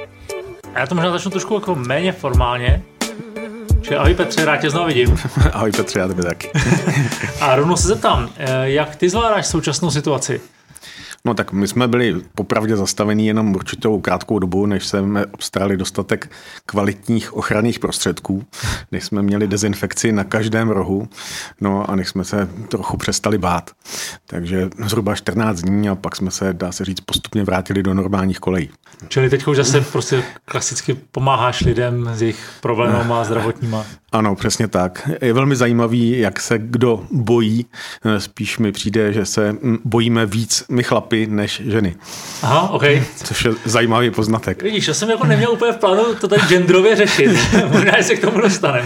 A já to možná začnu trošku jako méně formálně. Čili ahoj Petře, rád tě znovu vidím. Ahoj Petře, já tebe taky. A rovnou se zeptám, jak ty zvládáš současnou situaci? No tak my jsme byli popravdě zastavení jenom určitou krátkou dobu, než jsme obstarali dostatek kvalitních ochranných prostředků, než jsme měli dezinfekci na každém rohu, no a než jsme se trochu přestali bát. Takže zhruba 14 dní a pak jsme se, dá se říct, postupně vrátili do normálních kolejí. Čili teď už zase prostě klasicky pomáháš lidem s jejich problémama zdravotníma. Ano, přesně tak. Je velmi zajímavý, jak se kdo bojí. Spíš mi přijde, že se bojíme víc my chlapi než ženy. Aha, ok. Což je zajímavý poznatek. Vidíš, to jsem jako neměl úplně v plánu to tady genderově řešit. Možná se k tomu dostaneme.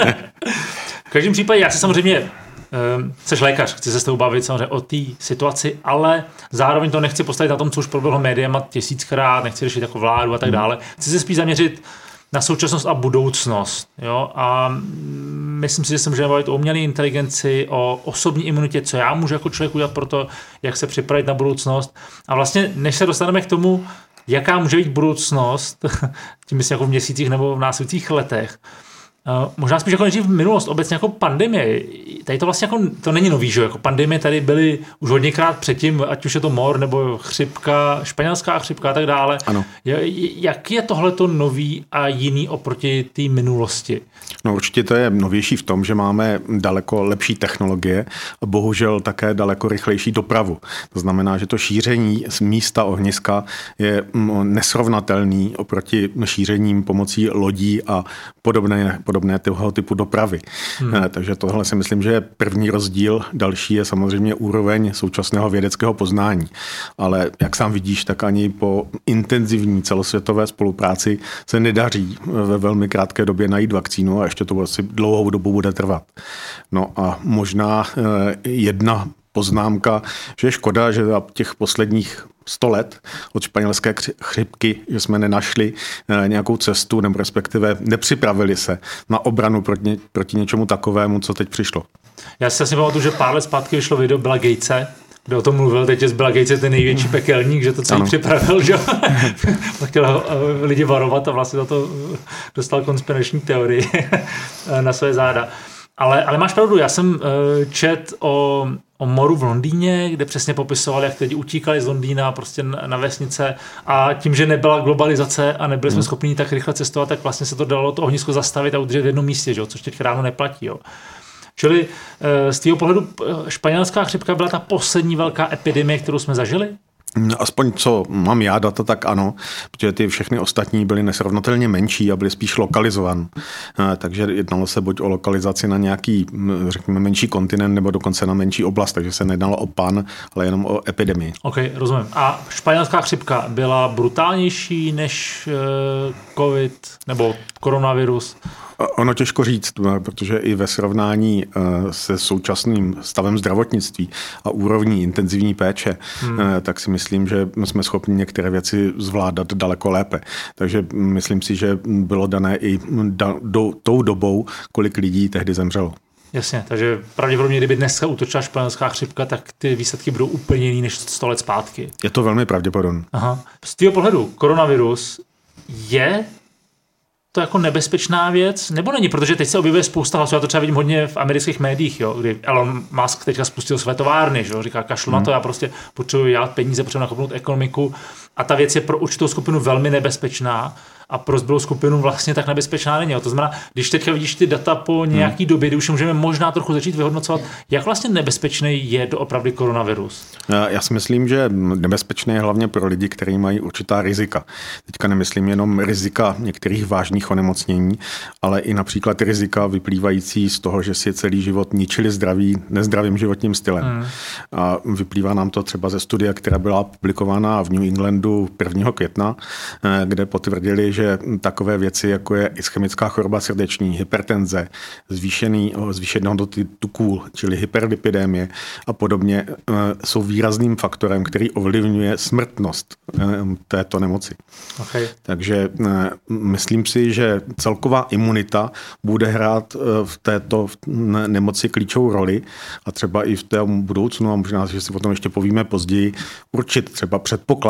V každém případě, já si samozřejmě, jsi lékař, chci se s tebou bavit samozřejmě o té situaci, ale zároveň to nechci postavit na tom, co už proběhlo médiama 1000krát, nechci řešit jako vládu a tak dále. Chci se spíš zaměřit na současnost a budoucnost. Jo? A myslím si, že se můžeme bavit o umělé inteligenci, o osobní imunitě, co já můžu jako člověk udělat pro to, jak se připravit na budoucnost. A vlastně, než se dostaneme k tomu, jaká může být budoucnost, tím myslím jako v měsících nebo v následujících letech, možná spíš jako nejdřív v minulost, obecně jako pandemie. Tady to vlastně jako, to není nový, že? Jako pandemie tady byly už hodněkrát předtím, ať už je to mor nebo chřipka, španělská chřipka a tak dále. Ano. Jak je tohleto nový a jiný oproti té minulosti? No určitě to je novější v tom, že máme daleko lepší technologie a bohužel také daleko rychlejší dopravu. To znamená, že to šíření z místa ohniska je nesrovnatelný oproti šířením pomocí lodí a podobné toho typu dopravy. Takže tohle si myslím, že je první rozdíl. Další je samozřejmě úroveň současného vědeckého poznání. Ale jak sám vidíš, tak ani po intenzivní celosvětové spolupráci se nedaří ve velmi krátké době najít vakcínu a ještě to asi dlouhou dobu bude trvat. No a možná jedna poznámka, že je škoda, že za těch posledních 100 let od španělské chřipky, že jsme nenašli nějakou cestu, nebo respektive nepřipravili se na obranu proti něčemu takovému, co teď přišlo. Já si asi pamatuju, že pár let zpátky vyšlo video Billa Gatese, kde o tom mluvil, teď je z Billa Gatese ten největší pekelník, že to celý připravil, že chtěl lidi varovat a vlastně za to dostal konspirační teorii na své záda. Ale máš pravdu, já jsem čet o moru v Londýně, kde přesně popisoval, jak teď utíkali z Londýna prostě na vesnice a tím, že nebyla globalizace a nebyli jsme schopni tak rychle cestovat, tak vlastně se to dalo to ohnisko zastavit a udržet v jednom místě, že? Což teď ráno neplatí. Jo? Čili z tvého pohledu španělská chřipka byla ta poslední velká epidemie, kterou jsme zažili? Aspoň co mám já data, tak ano, protože ty všechny ostatní byly nesrovnatelně menší a byly spíš lokalizované. Takže jednalo se buď o lokalizaci na nějaký, řekněme, menší kontinent nebo dokonce na menší oblast, takže se nedalo o pan, ale jenom o epidemii. Ok, rozumím. A španělská chřipka byla brutálnější než covid nebo koronavirus? Ono těžko říct, protože i ve srovnání se současným stavem zdravotnictví a úrovní intenzivní péče, tak si myslím, že jsme schopni některé věci zvládat daleko lépe. Takže myslím si, že bylo dané i tou dobou, kolik lidí tehdy zemřelo. Jasně, takže pravděpodobně, kdyby dneska útočila španělská chřipka, tak ty výsledky budou úplně jiný než 100 let zpátky. Je to velmi pravděpodobné. Aha. Z tvého pohledu koronavirus je to jako nebezpečná věc, nebo není? Protože teď se objevuje spousta hlasů, já to třeba vidím hodně v amerických médiích, jo, kdy Elon Musk teďka spustil své továrny, že jo, říká kašlu na to, já prostě potřebuji dělat peníze, potřebuji nakopnout ekonomiku a ta věc je pro určitou skupinu velmi nebezpečná a pro zbylou skupinu vlastně tak nebezpečná není. Jo. To znamená, když teďka vidíš ty data po nějaký době, kdy už můžeme možná trochu začít vyhodnocovat, jak vlastně nebezpečný je doopravdy koronavirus. Já si myslím, že nebezpečný je hlavně pro lidi, kteří mají určitá rizika. Teďka nemyslím jenom rizika některých vážných onemocnění, ale i například rizika vyplývající z toho, že si celý život ničili zdraví nezdravým životním stylem. A vyplývá nám to třeba ze studie, která byla publikována v New Englandu 1. května, kde potvrdili, že takové věci, jako je ischemická choroba srdeční, hypertenze, zvýšeného hodnoty tuků, čili hyperlipidémie a podobně, jsou výrazným faktorem, který ovlivňuje smrtnost této nemoci. Okay. Takže myslím si, že celková imunita bude hrát v této nemoci klíčovou roli a třeba i v tom budoucnu, a možná, že si o tom ještě povíme později, určit třeba předpoklady k tomu,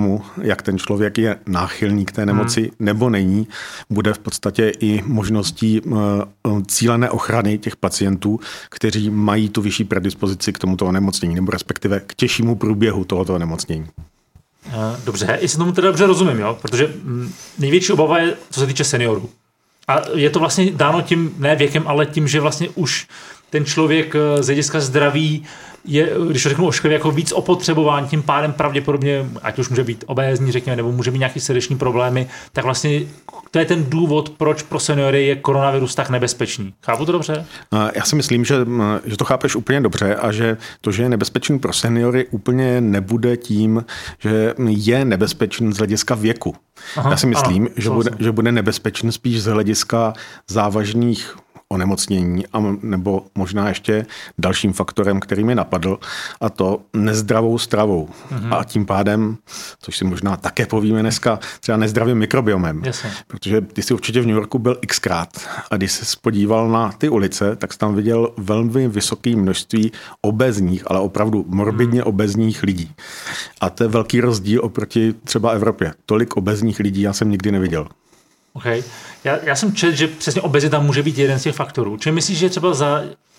tomu, jak ten člověk je náchylný k té nemoci nebo není, bude v podstatě i možností cílené ochrany těch pacientů, kteří mají tu vyšší predispozici k tomuto onemocnění, nebo respektive k těžšímu průběhu tohoto onemocnění. Dobře, jestli tomu teda dobře rozumím, jo? Protože největší obava je, co se týče seniorů. A je to vlastně dáno tím, ne věkem, ale tím, že vlastně už ten člověk z hlediska zdraví je, když to řeknu ošklivě, jako víc opotřebován, tím pádem pravděpodobně, ať už může být obézní, řekněme, nebo může mít nějaké srdeční problémy, tak vlastně to je ten důvod, proč pro seniory je koronavirus tak nebezpečný. Chápu to dobře? Já si myslím, že to chápeš úplně dobře a že to, že je nebezpečný pro seniory, úplně nebude tím, že je nebezpečný z hlediska věku. Aha, já si myslím, že bude nebezpečný spíš z hlediska závažných onemocnění, nebo možná ještě dalším faktorem, který mi napadl, a to nezdravou stravou. A tím pádem, což si možná také povíme dneska, třeba nezdravým mikrobiomem. Jasně. Protože ty jsi určitě v New Yorku byl xkrát a když jsi podíval na ty ulice, tak jsi tam viděl velmi vysoké množství obézních, ale opravdu morbidně obézních lidí. A to je velký rozdíl oproti třeba Evropě. Tolik obézních lidí já jsem nikdy neviděl. Okay. Já jsem četl, že přesně obezita může být jeden z těch faktorů. Čili myslíš, že třeba za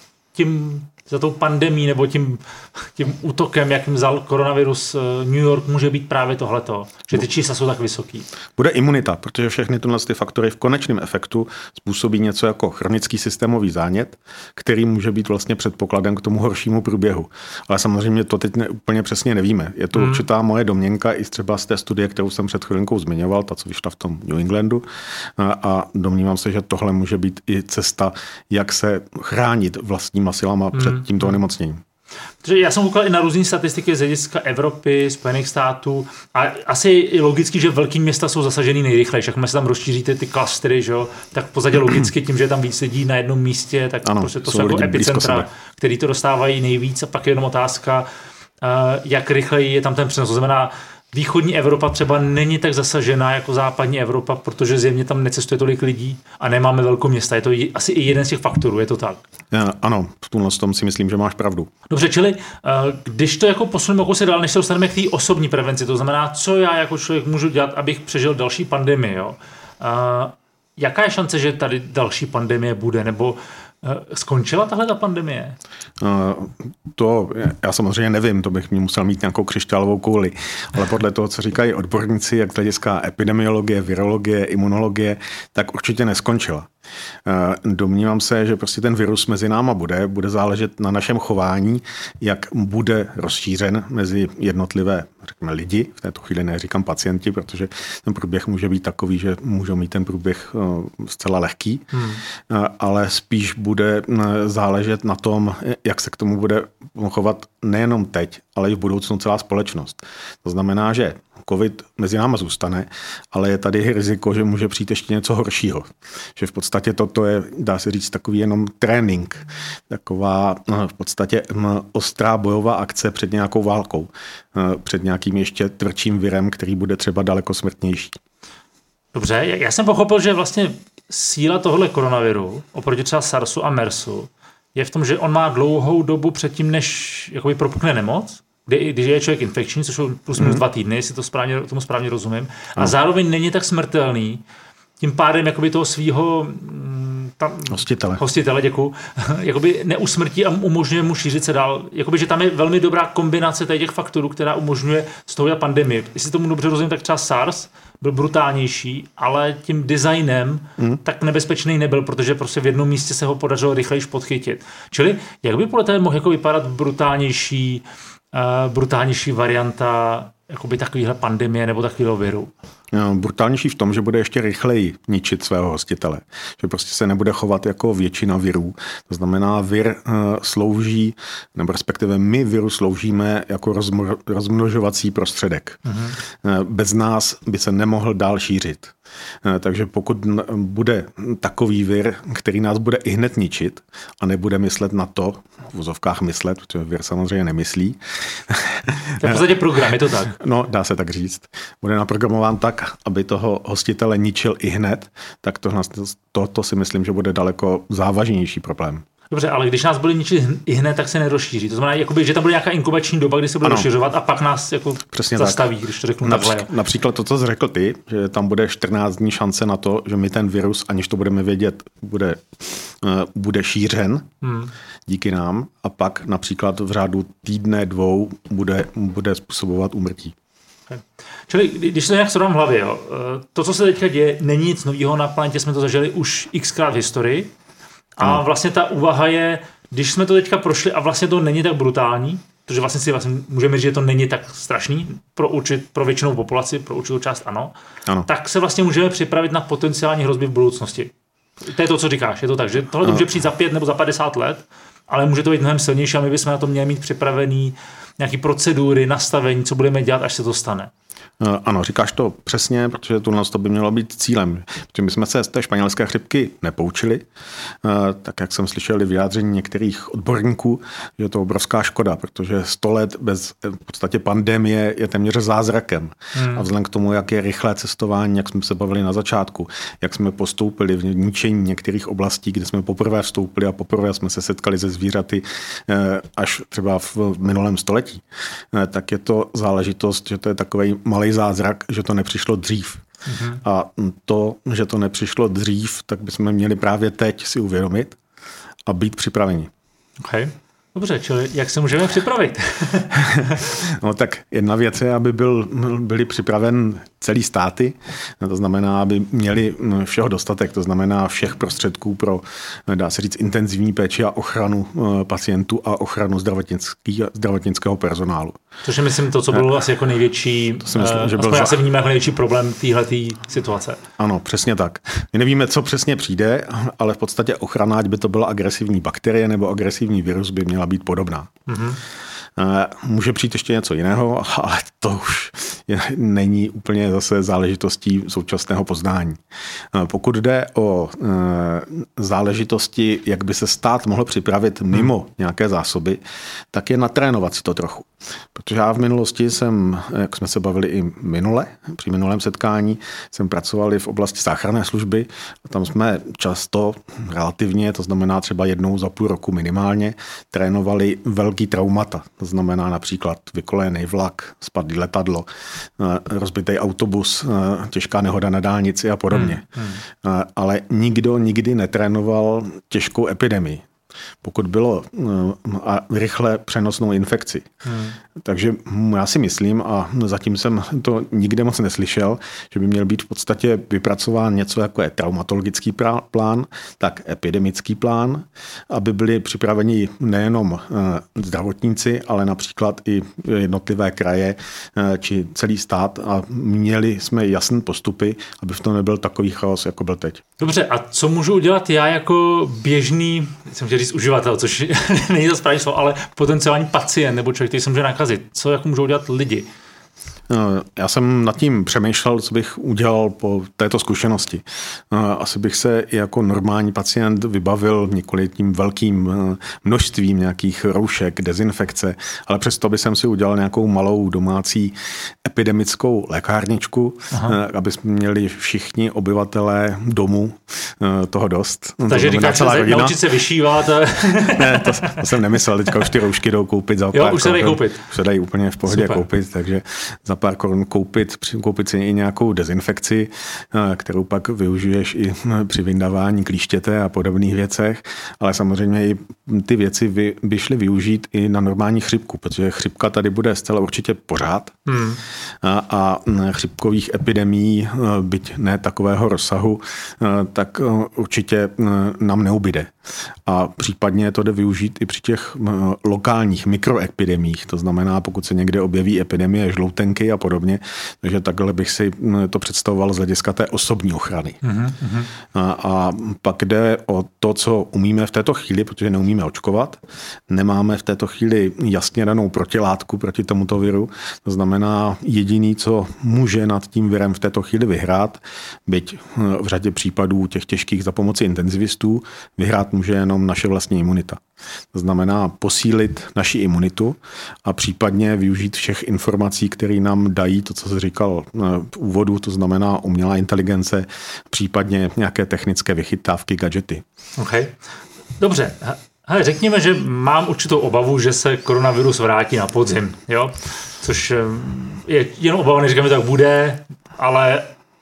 tou pandemí nebo tím útokem, jakým vzal koronavirus New York, může být právě tohleto, že ty čísla jsou tak vysoký? Bude imunita, protože všechny ty faktory v konečném efektu způsobí něco jako chronický systémový zánět, který může být vlastně předpokladem k tomu horšímu průběhu. Ale samozřejmě to teď úplně přesně nevíme. Je to určitá moje domněnka i třeba z té studie, kterou jsem před chvilinkou zmiňoval, ta, co vyšla v tom New Englandu. A domnívám se, že tohle může být i cesta, jak se chránit vlastníma silama před tímto onemocněním. Protože já jsem koukal i na různé statistiky z hlediska Evropy, Spojených států a asi je logicky, že velké města jsou zasažený nejrychleji. Jakmile se tam rozšíří ty klastry, že jo, tak v podstatě logicky tím, že je tam víc lidí na jednom místě, tak ano, prostě to jsou jako epicentra, který to dostávají nejvíc a pak je jenom otázka, jak rychleji je tam ten přenos. To znamená, východní Evropa třeba není tak zasažená jako západní Evropa, protože zjevně tam necestuje tolik lidí a nemáme velké města. Je to asi i jeden z těch faktorů, je to tak? Ano, v tomhle tom si myslím, že máš pravdu. Dobře, čili když to jako posuneme o kousek dál, než se dostaneme k té osobní prevenci, to znamená, co já jako člověk můžu dělat, abych přežil další pandemii, jo? Jaká je šance, že tady další pandemie bude, nebo skončila tahle ta pandemie? To já samozřejmě nevím, to bych musel mít nějakou křišťálovou kouli, ale podle toho, co říkají odborníci, jak z hlediska epidemiologie, virologie, imunologie, tak určitě neskončila. Domnívám se, že prostě ten virus mezi náma bude záležet na našem chování, jak bude rozšířen mezi jednotlivé, řekněme, lidi, v této chvíli neříkám pacienti, protože ten průběh může být takový, že můžou mít ten průběh zcela lehký, ale spíš bude záležet na tom, jak se k tomu bude chovat nejenom teď, ale i v budoucnu celá společnost. To znamená, že COVID mezi náma zůstane, ale je tady riziko, že může přijít ještě něco horšího. Že v podstatě toto je, dá se říct, takový jenom trénink. Taková v podstatě ostrá bojová akce před nějakou válkou. Před nějakým ještě tvrdším virem, který bude třeba daleko smrtnější. Dobře, já jsem pochopil, že vlastně síla tohohle koronaviru oproti třeba SARSu a MERSu je v tom, že on má dlouhou dobu předtím, než jakoby propukne nemoc, když je člověk infekční, což jsou plus minus 2 týdny, jestli tomu správně rozumím, a zároveň není tak smrtelný, tím pádem jakoby toho svýho hostitele, děkuju, jakoby neusmrtí a umožňuje mu šířit se dál. Jakoby, že tam je velmi dobrá kombinace těch faktorů, která umožňuje z toho pandemii. Jestli tomu dobře rozumím, tak třeba SARS byl brutálnější, ale tím designem tak nebezpečný nebyl, protože prostě v jednom místě se ho podařilo rychleji podchytit. Čili jak by podle toho mohl jako vypadat brutálnější varianta jakoby takovýhle pandemie nebo takovýhle viru? Brutálnější v tom, že bude ještě rychleji ničit svého hostitele. Že prostě se nebude chovat jako většina virů. To znamená, vir slouží, nebo respektive my viru sloužíme jako rozmnožovací prostředek. Bez nás by se nemohl dál šířit. Takže pokud bude takový vir, který nás bude i hned ničit a nebude myslet na to, v vozovkách myslet, protože vir samozřejmě nemyslí. To je v podstatě program, je to tak? No, dá se tak říct. Bude naprogramován tak, aby toho hostitele ničil i hned, tak to si myslím, že bude daleko závažnější problém. Dobře, ale když nás bude ničit i hned, tak se nerozšíří. To znamená, jakoby, že tam bude nějaká inkubační doba, kdy se bude rozšiřovat a pak nás jako zastaví, když to řeknu takhle. Například to, co jsi řekl ty, že tam bude 14 dní šance na to, že my ten virus, aniž to budeme vědět, bude šířen díky nám a pak například v řádu týdne, 2 bude způsobovat úmrtí. Okay. Čili když se nějak srovnám v hlavě, jo, to, co se teďka děje, není nic nového na planetě, jsme to zažili už xkrát v historii. A vlastně ta úvaha je, když jsme to teďka prošli a vlastně to není tak brutální, protože vlastně si můžeme říct, že to není tak strašný pro většinou populaci, pro určitou část ano, tak se vlastně můžeme připravit na potenciální hrozby v budoucnosti. To je to, co říkáš, je to tak, že tohle může přijít za 5 nebo za 50 let, ale může to být mnohem silnější a my bychom na to měli mít připravený nějaký procedury, nastavení, co budeme dělat, až se to stane. Ano, říkáš to přesně, protože to by mělo být cílem. Protože my jsme se z té španělské chřipky nepoučili, tak jak jsem slyšel vyjádření některých odborníků, že je to obrovská škoda, protože 100 let bez v podstatě pandemie je téměř zázrakem. A vzhledem k tomu, jak je rychlé cestování, jak jsme se bavili na začátku, jak jsme postoupili v ničení některých oblastí, kde jsme poprvé vstoupili a poprvé jsme se setkali se zvířaty až třeba v minulém století, tak je to záležitost, že to je takovej malý zázrak, že to nepřišlo dřív. A to, že to nepřišlo dřív, tak bychom měli právě teď si uvědomit a být připraveni. Okay. Dobře, čili jak se můžeme připravit? No tak jedna věc je, aby byli připraven celý státy, to znamená, aby měli všeho dostatek, to znamená všech prostředků pro, dá se říct, intenzivní péči a ochranu pacientů a ochranu zdravotnického personálu. Což je, myslím, to, co bylo asi jako největší, já se vnímám jako největší problém téhletý situace. Ano, přesně tak. My nevíme, co přesně přijde, ale v podstatě ochrana, ať by to byla agresivní bakterie nebo agresivní virus, by měla být podobná. Může přijít ještě něco jiného, ale to už není úplně zase záležitostí současného poznání. Pokud jde o záležitosti, jak by se stát mohl připravit mimo nějaké zásoby, tak je natrénovat si to trochu. Protože já v minulosti jsem, jak jsme se bavili i při minulém setkání, jsem pracoval v oblasti záchranné služby a tam jsme často relativně, to znamená třeba 1 za půl roku minimálně, trénovali velký traumata. To znamená například vykolejený vlak, spadlý letadlo, rozbitý autobus, těžká nehoda na dálnici a podobně. Ale nikdo nikdy netrénoval těžkou epidemii. Pokud bylo rychle přenosnou infekci. Takže já si myslím, a zatím jsem to nikde moc neslyšel, že by měl být v podstatě vypracován něco jako je traumatologický plán, tak epidemický plán, aby byli připraveni nejenom zdravotníci, ale například i jednotlivé kraje či celý stát a měli jsme jasné postupy, aby v tom nebyl takový chaos, jako byl teď. Dobře, a co můžu udělat já jako běžný, jsem chtěl říct uživatel, což není to správně slovo, ale potenciální pacient nebo člověk, který se může nakazit. Co jako můžou udělat lidi? Já jsem nad tím přemýšlel, co bych udělal po této zkušenosti. Asi bych se jako normální pacient vybavil několik tím velkým množstvím nějakých roušek, dezinfekce, ale přesto bych si udělal nějakou malou domácí epidemickou lékárničku, aby měli všichni obyvatelé domu toho dost. Takže říkáš, že naučit se vyšívat. Ne, to jsem nemyslel, teďka už ty roušky jdou koupit za pár. Už se dají koupit. Už se dají úplně v pohodě koupit, takže za pár korun koupit si i nějakou dezinfekci, kterou pak využiješ i při vyndávání klíštěte a podobných věcech, ale samozřejmě i ty věci by šly využít i na normální chřipku, protože chřipka tady bude zcela určitě pořád a chřipkových epidemií, byť ne takového rozsahu, tak určitě nám neubyde. A případně to jde využít i při těch lokálních mikroepidemích, to znamená, pokud se někde objeví epidemie žloutenky a podobně, takže takhle bych si to představoval z hlediska té osobní ochrany. A pak jde o to, co umíme v této chvíli, protože neumíme očkovat, nemáme v této chvíli jasně danou protilátku proti tomuto viru, to znamená jediný, co může nad tím virem v této chvíli vyhrát, byť v řadě případů těch těžkých za pomoci intenzivistů, vyhrát může jenom naše vlastní imunita. To znamená posílit naši imunitu a případně využít všech informací, které nám dají to, co jsi říkal v úvodu, to znamená umělá inteligence, případně nějaké technické vychytávky, gadgety. Okay. Dobře. Hele, řekněme, že mám určitou obavu, že se koronavirus vrátí na podzim, jo? Což je jen obava, neříkám, že tak bude, ale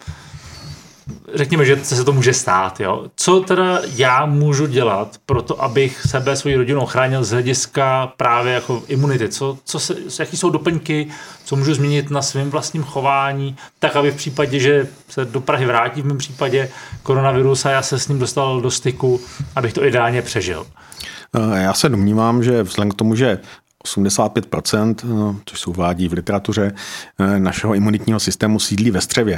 řekněme, že se to může stát. Jo? Co teda já můžu dělat pro to, abych sebe, svoji rodinu ochránil z hlediska právě jako imunity? Jaký jsou doplňky, co můžu změnit na svém vlastním chování, tak aby v případě, že se do Prahy vrátí v mém případě koronavirus a já se s ním dostal do styku, abych to ideálně přežil? Já se domnívám, že vzhledem k tomu, že 85%, což se uvádí v literatuře, našeho imunitního systému sídlí ve střevě.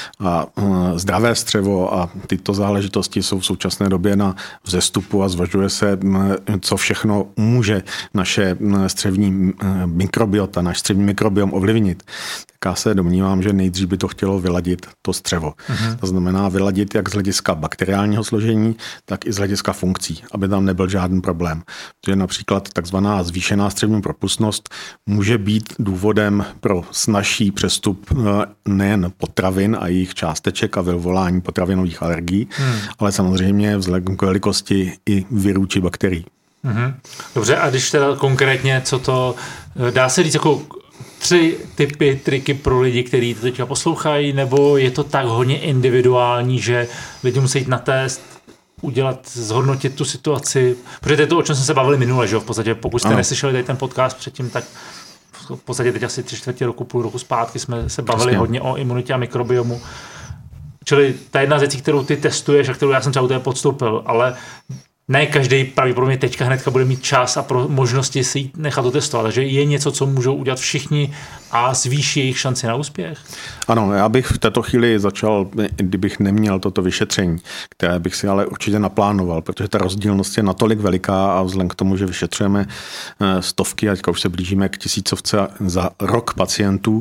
A zdravé střevo a tyto záležitosti jsou v současné době na vzestupu a zvažuje se, co všechno může naše střevní mikrobiota, náš střevní mikrobiom ovlivnit. Tak já se domnívám, že nejdřív by to chtělo vyladit to střevo. To znamená vyladit jak z hlediska bakteriálního složení, tak i z hlediska funkcí, aby tam nebyl žádný problém. Protože například takzvaná zvýšená střevní propustnost může být důvodem pro snazší přestup nejen potravin a jejich částeček a vyvolání potravinových alergií, ale samozřejmě vzhledem k velikosti i virů či bakterií. Dobře, a když teda konkrétně, co to dá se říct jako 3 typy, triky pro lidi, kteří to teďka poslouchají, nebo je to tak hodně individuální, že lidi musí jít na test, zhodnotit tu situaci, protože to je to, o čem jsme se bavili minule, že jo, v podstatě, pokud jste neslyšeli tady ten podcast předtím, tak v podstatě teď asi 3/4 roku, půl roku zpátky jsme se bavili hodně o imunitě a mikrobiomu. Čili ta jedna z věcí, kterou ty testuješ a kterou já jsem třeba u té podstoupil, ale ne každý pravděpodobně teďka hnedka bude mít čas a možnosti si jít nechat to testovat, takže je něco, co můžou udělat všichni a zvýší jejich šanci na úspěch? Ano, já bych v této chvíli začal, kdybych neměl toto vyšetření, které bych si ale určitě naplánoval, protože ta rozdílnost je natolik veliká a vzhledem k tomu, že vyšetřujeme stovky a teďka už se blížíme k 1000 za rok pacientů,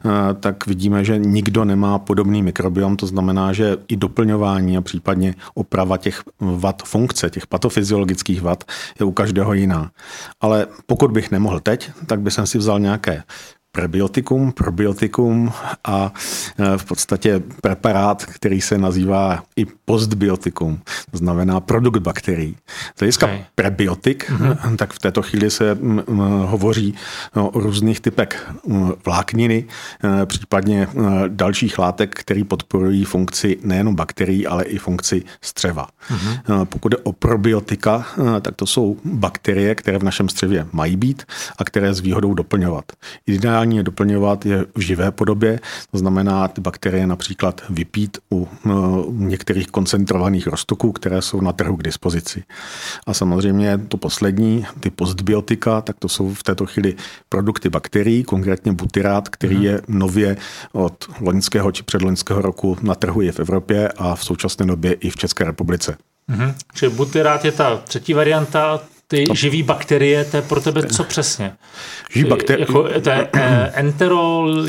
tak vidíme, že nikdo nemá podobný mikrobiom, to znamená, že i doplňování a případně oprava těch vad funkce, těch patofyziologických vad je u každého jiná. Ale pokud bych nemohl teď, tak bych si vzal nějaké prebiotikum, probiotikum a v podstatě preparát, který se nazývá i postbiotikum, to znamená produkt bakterií. Z hlediska prebiotik, tak v této chvíli se hovoří o různých typech vlákniny, případně dalších látek, které podporují funkci nejenom bakterií, ale i funkci střeva. Pokud jde o probiotika, tak to jsou bakterie, které v našem střevě mají být a které s výhodou doplňovat. Ideálně je doplňovat je v živé podobě, to znamená ty bakterie například vypít u některých koncentrovaných roztoků, které jsou na trhu k dispozici. A samozřejmě to poslední, ty postbiotika, tak to jsou v této chvíli produkty bakterií, konkrétně butyrát, který je nově od loňského či předloňského roku na trhu i v Evropě a v současné době i v České republice. Čili butyrát je ta třetí varianta. Ty živý bakterie, to je pro tebe co přesně? Živý bakterie... To je enterol?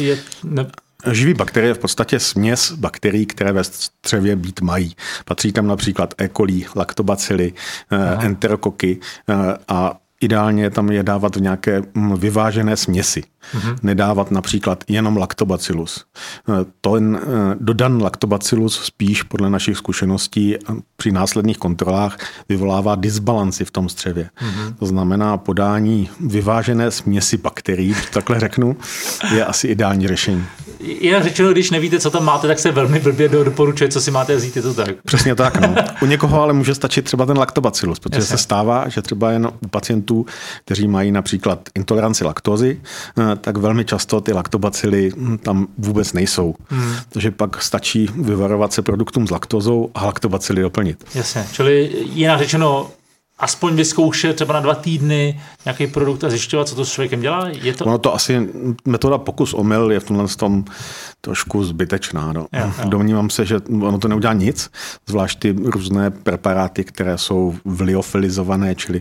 Živý bakterie je v podstatě směs bakterií, které ve střevě být mají. Patří tam například E. coli, laktobacily, enterokoky a ideálně tam je dávat v nějaké vyvážené směsi. Nedávat například jenom laktobacillus. Ten dodan laktobacillus spíš podle našich zkušeností při následných kontrolách vyvolává disbalanci v tom střevě. To znamená podání vyvážené směsi bakterií, takhle řeknu, je asi ideální řešení. Jinak řečeno, když nevíte, co tam máte, tak se velmi blbě doporučuje, co si máte vzít, je to tak. Přesně tak, no. U někoho ale může stačit třeba ten laktobacillus, protože se stává, že třeba jen u pacientů, kteří mají například intoleranci laktózy, tak velmi často ty laktobacily tam vůbec nejsou. Takže pak stačí vyvarovat se produktům s laktózou a laktobacily doplnit. Jasně, čili jinak řečeno, aspoň vyzkoušet třeba na 2 týdny nějaký produkt a zjišťovat, co to s člověkem dělá? Je to... Ono to asi, metoda pokus-omyl je v tomhle tom trošku zbytečná. No. Domnívám se, že ono to neudělá nic, zvlášť ty různé preparáty, které jsou liofilizované, čili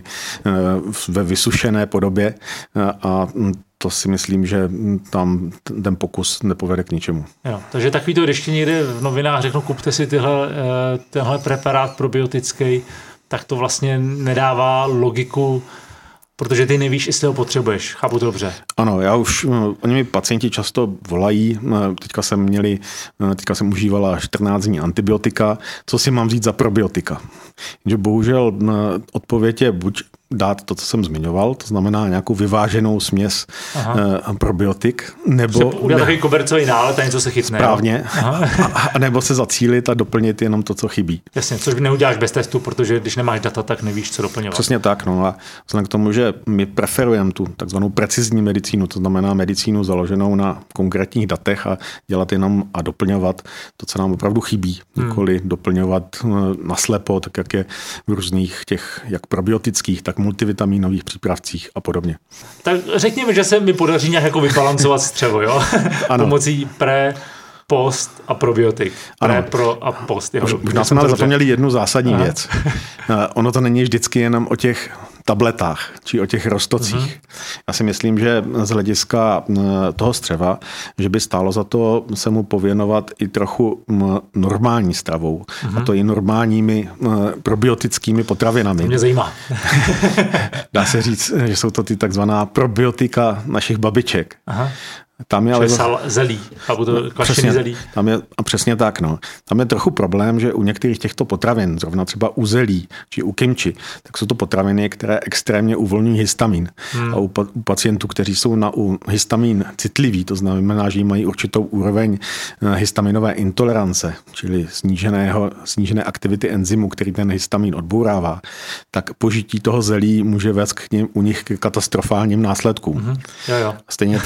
ve vysušené podobě a to si myslím, že tam ten pokus nepovede k ničemu. Jo, takže takový to, když ti někde v novinách řeknou, kupte si tenhle preparát probiotický, tak to vlastně nedává logiku, protože ty nevíš, jestli ho potřebuješ. Chápu to dobře. Ano, oni mi pacienti často volají, teďka jsem užívala 14 dní antibiotika, co si mám vzít za probiotika. Jenže bohužel odpověď je buď dát to, co jsem zmiňoval, to znamená nějakou vyváženou směs probiotik, nebo udělat takový kobercový nálet a něco se chytne. Správně. A nebo se zacílit a doplnit jenom to, co chybí. Jasně, což neuděláš bez testu, protože když nemáš data, tak nevíš, co doplňovat. Přesně tak, no a vzhledem k tomu, že my preferujeme tu takzvanou precizní medicínu, to znamená medicínu založenou na konkrétních datech a dělat jenom a doplňovat to, co nám opravdu chybí, nikoli doplňovat naslepo, tak jak je v různých těch jak probiotických, tak multivitaminových přípravcích a podobně. Tak řekněme, že se mi podaří nějak jako vybalancovat střevo, jo? Pomocí post a probiotik. Pro a post. Možná jsme ale zapomněli jednu zásadní věc. Ono to není vždycky jenom o těch tabletách, či o těch roztocích. Já si myslím, že z hlediska toho střeva, že by stálo za to se mu pověnovat i trochu normální stravou. A to i normálními probiotickými potravinami. To mě zajímá. Dá se říct, že jsou to ty takzvaná probiotika našich babiček. Aha. Tam je ale zelí, chápu to kvašený zelí. Tam je, a přesně tak, no. Tam je trochu problém, že u některých těchto potravin, zrovna třeba u zelí či u kimči, tak jsou to potraviny, které extrémně uvolňují histamin. A u pacientů, kteří jsou na histamin citliví, to znamená, že mají určitou úroveň histaminové intolerance, čili snížené aktivity enzymu, který ten histamin odbourává, tak požití toho zelí může vést u nich k katastrofálním následkům. Jo.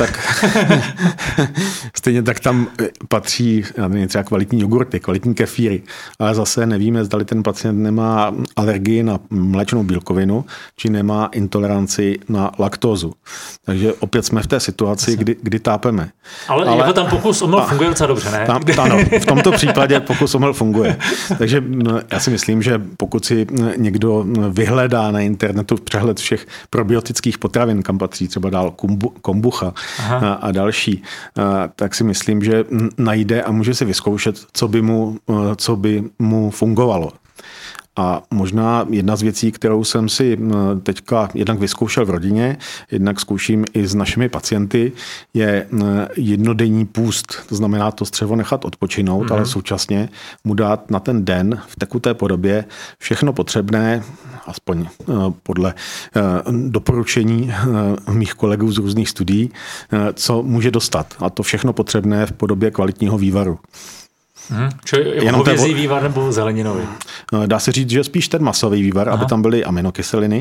Stejně tak tam patří třeba kvalitní jogurty, kvalitní kefíry, ale zase nevíme, zda ten pacient nemá alergii na mléčnou bílkovinu, či nemá intoleranci na laktózu. Takže opět jsme v té situaci, kdy tápeme. Ale jako tam pokus omyl funguje docela dobře, ne? Ano, v tomto případě pokus omyl funguje. Takže já si myslím, že pokud si někdo vyhledá na internetu přehled všech probiotických potravin, kam patří třeba dál kombucha a další, tak si myslím, že najde a může si vyzkoušet, co by mu fungovalo. A možná jedna z věcí, kterou jsem si teďka jednak vyzkoušel v rodině, jednak zkouším i s našimi pacienty, je jednodenní půst. To znamená to střevo nechat odpočinout, ale současně mu dát na ten den v tekuté podobě všechno potřebné, aspoň podle doporučení mých kolegů z různých studií, co může dostat. A to všechno potřebné v podobě kvalitního vývaru. Čili hovězí vývar nebo zeleninový? Dá se říct, že spíš ten masový vývar, aby tam byly aminokyseliny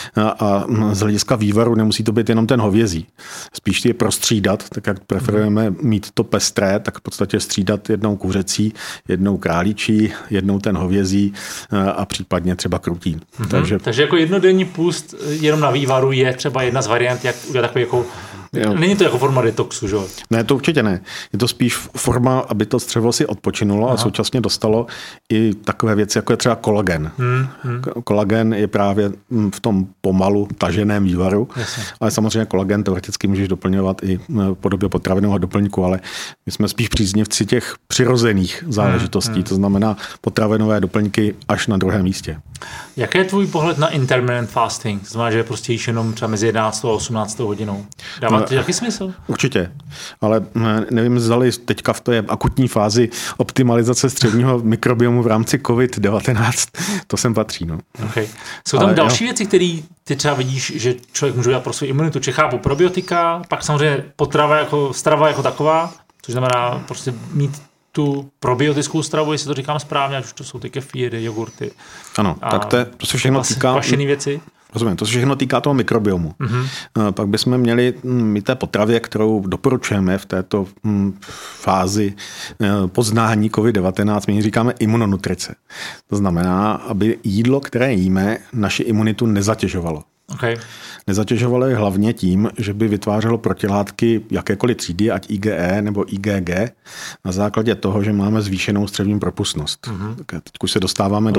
a z hlediska vývaru nemusí to být jenom ten hovězí. Spíš je prostřídat, tak jak preferujeme mít to pestré, tak v podstatě střídat jednou kuřecí, jednou králíčí, jednou ten hovězí a případně třeba krutín. Takže jako jednodenní půst jenom na vývaru je třeba jedna z variant, jak udělat takový jako... Není to jako forma detoxu, že? Ne, to určitě ne. Je to spíš forma, aby to střevo si odpočinulo a současně dostalo i takové věci, jako je třeba kolagen. Kolagen je právě v tom pomalu taženém vývaru, ale samozřejmě kolagen teoreticky můžeš doplňovat i v podobě potravinového doplňku, ale my jsme spíš příznivci těch přirozených záležitostí, to znamená potravinové doplňky až na druhém místě. Jaký je tvůj pohled na intermittent fasting? Znamená, že prostě jíš jenom třeba mezi 11. a 18. hodinou. Dává to jaký smysl? Určitě, ale nevím, zdali teďka v té akutní fázi optimalizace střevního mikrobiomu v rámci COVID-19, to sem patří. No. Okay. Jsou tam další věci, které ty třeba vidíš, že člověk může dělat pro svou imunitu? Či chápu probiotika, pak samozřejmě strava jako taková, což znamená prostě mít tu probiotickou stravu, jestli to říkám správně, ať už to jsou ty kefíry, jogurty. Ano, tak to se všechno týká... Kvašený věci. Rozumím, to se všechno týká toho mikrobiomu. Pak bychom měli mít té potravě, kterou doporučujeme v této fázi poznání COVID-19, my říkáme imunonutrice. To znamená, aby jídlo, které jíme, naši imunitu nezatěžovalo. Okay. Nezatěžovalo je hlavně tím, že by vytvářelo protilátky jakékoliv třídy, ať IgE nebo IgG, na základě toho, že máme zvýšenou střevní propustnost. Teď už se dostáváme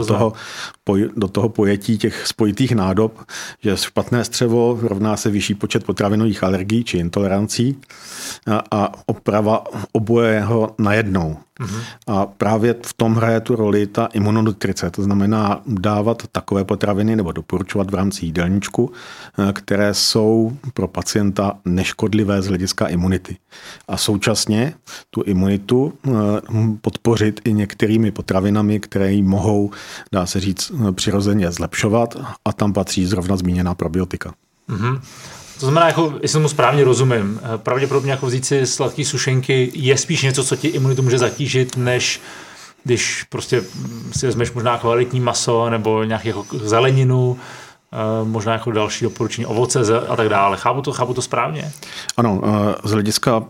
do toho pojetí těch spojitých nádob, že špatné střevo rovná se vyšší počet potravinových alergií či intolerancí a oprava obojeho najednou. A právě v tom hraje tu roli ta imunonutrice, to znamená dávat takové potraviny nebo doporučovat v rámci jídelníčku, které jsou pro pacienta neškodlivé z hlediska imunity. A současně tu imunitu podpořit i některými potravinami, které ji mohou, dá se říct, přirozeně zlepšovat, a tam patří zrovna zmíněná probiotika. To znamená, jako, jestli mu správně rozumím, pravděpodobně jako vzít si sladký sušenky je spíš něco, co ti imunitu může zatížit, než když prostě si vezmeš možná kvalitní maso nebo nějakou jako zeleninu, možná jako další doporučení ovoce a tak dále. Chápu to správně? Ano, z hlediska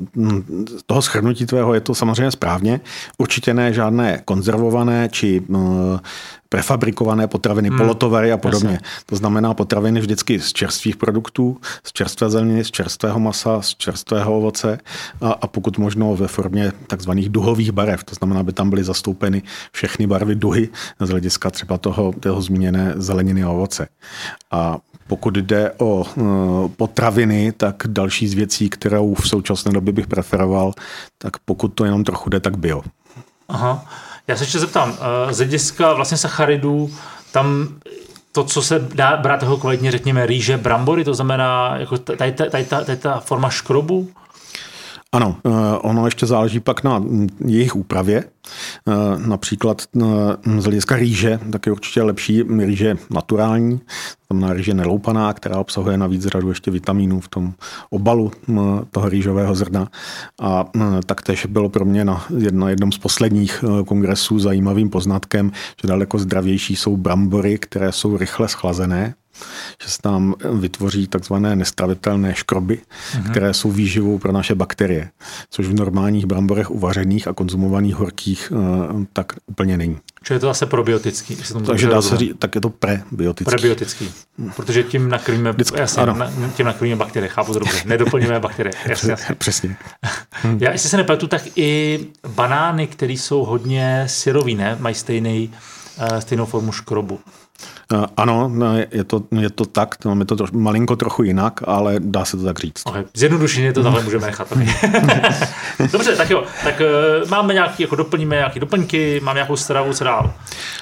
toho shrnutí tvého je to samozřejmě správně. Určitě ne žádné konzervované či prefabrikované potraviny, polotovary a podobně. Jasně. To znamená potraviny vždycky z čerstvých produktů, z čerstvé zeleniny, z čerstvého masa, z čerstvého ovoce a pokud možno ve formě takzvaných duhových barev. To znamená, aby tam byly zastoupeny všechny barvy duhy z hlediska třeba toho zmíněné zeleniny a ovoce. A pokud jde o potraviny, tak další z věcí, kterou v současné době bych preferoval, tak pokud to jenom trochu jde, tak bio. Aha. Já se ještě zeptám, z hlediska vlastně sacharidů, tam to, co se dá brát jako kvalitně, řekněme, rýže, brambory, to znamená jako tady ta forma škrobu? Ano, ono ještě záleží pak na jejich úpravě. Například z hlediska rýže, tak je určitě lepší rýže naturální, znamená rýže neloupaná, která obsahuje navíc řadu ještě vitamínů v tom obalu toho rýžového zrna. A taktéž bylo pro mě na jednom z posledních kongresů zajímavým poznatkem, že daleko zdravější jsou brambory, které jsou rychle schlazené, že se tam vytvoří takzvané nestravitelné škroby, které jsou výživou pro naše bakterie, což v normálních bramborech uvařených a konzumovaných horkých tak úplně není. Čili je to zase probiotický. Takže dá se říct, tak je to prebiotický. Prebiotický, protože tím nakrmíme, tím nakrmíme bakterie, chápu to dobře, nedoplníme bakterie. Jasně. Přesně. Já, jestli se nepletu, tak i banány, které jsou hodně syrový, ne? Mají stejnou formu škrobu. Ano, je to tak, máme to malinko trochu jinak, ale dá se to tak říct. Okay. Zjednodušeně to takhle můžeme nechat. Dobře, tak jo, tak máme nějaký, jako doplníme nějaké doplňky, máme nějakou stravu, co dál?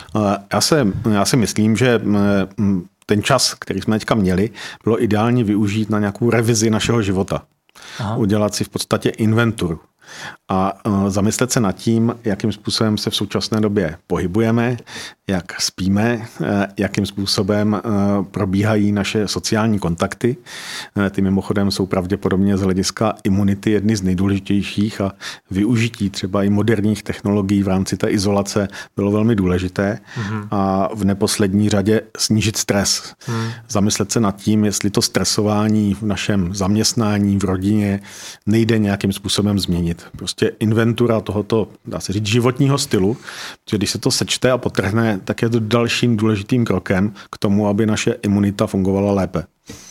Já si myslím, že ten čas, který jsme teďka měli, bylo ideálně využít na nějakou revizi našeho života. Aha. Udělat si v podstatě inventuru. A zamyslet se nad tím, jakým způsobem se v současné době pohybujeme, jak spíme, jakým způsobem probíhají naše sociální kontakty. Ty mimochodem jsou pravděpodobně z hlediska imunity jedny z nejdůležitějších a využití třeba i moderních technologií v rámci té izolace bylo velmi důležité. A v neposlední řadě snížit stres. Zamyslet se nad tím, jestli to stresování v našem zaměstnání, v rodině nejde nějakým způsobem změnit. Prostě inventura tohoto, dá se říct, životního stylu, že když se to sečte a potrhne, tak je to dalším důležitým krokem k tomu, aby naše imunita fungovala lépe.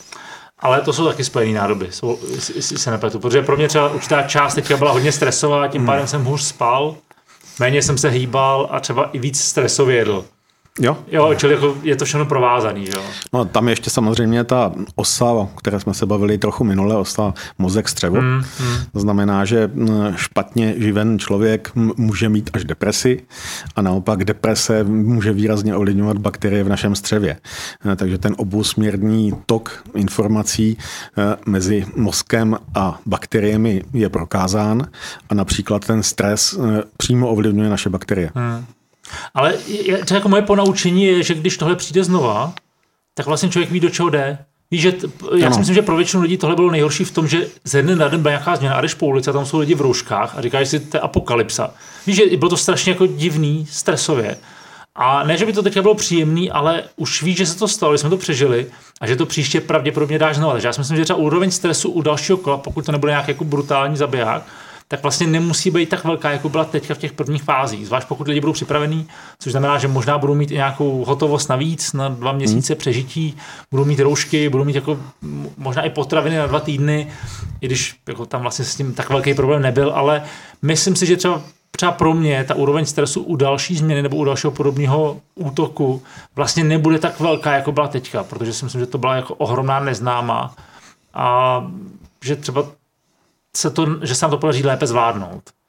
Ale to jsou taky spojené nádoby, jestli se nepletu, protože pro mě třeba určitá část teďka byla hodně stresová, tím pádem jsem hůř spal, méně jsem se hýbal a třeba i víc stresově jedl. Jo, čili jako je to všechno provázaný, jo. No, tam je ještě samozřejmě ta osa, o které jsme se bavili trochu minule, osa mozek střevo. To znamená, že špatně živen člověk může mít až depresi a naopak deprese může výrazně ovlivňovat bakterie v našem střevě. Takže ten obousměrný tok informací mezi mozkem a bakteriemi je prokázán a například ten stres přímo ovlivňuje naše bakterie. Ale to jako moje ponaučení je, že když tohle přijde znova, tak vlastně člověk ví, do čeho jde. Víš, že já si myslím, že pro většinu lidí tohle bylo nejhorší v tom, že ze dne na den byla nějaká změna a jdeš po ulici a tam jsou lidi v rouškách a říkáš si, to je apokalypsa. Víš, že bylo to strašně jako divný, stresově. A ne, že by to teďka bylo příjemný, ale už víš, že se to stalo, že jsme to přežili a že to příště pravděpodobně dáš znova. Takže já si myslím, že třeba úroveň stresu u dalšího kola, pokud to nebude nějaký jako brutální zabiják, tak vlastně nemusí být tak velká, jako byla teďka v těch prvních fázích. Zvlášť pokud lidi budou připravení, což znamená, že možná budou mít i nějakou hotovost navíc na 2 měsíce přežití, budou mít roušky, budou mít jako možná i potraviny na 2 týdny, i když jako tam vlastně s tím tak velký problém nebyl, ale myslím si, že třeba pro mě ta úroveň stresu u další změny nebo u dalšího podobného útoku vlastně nebude tak velká, jako byla teďka, protože si myslím, že to byla jako ohromná neznámá a že třeba že se nám to podaří lépe zvládnout.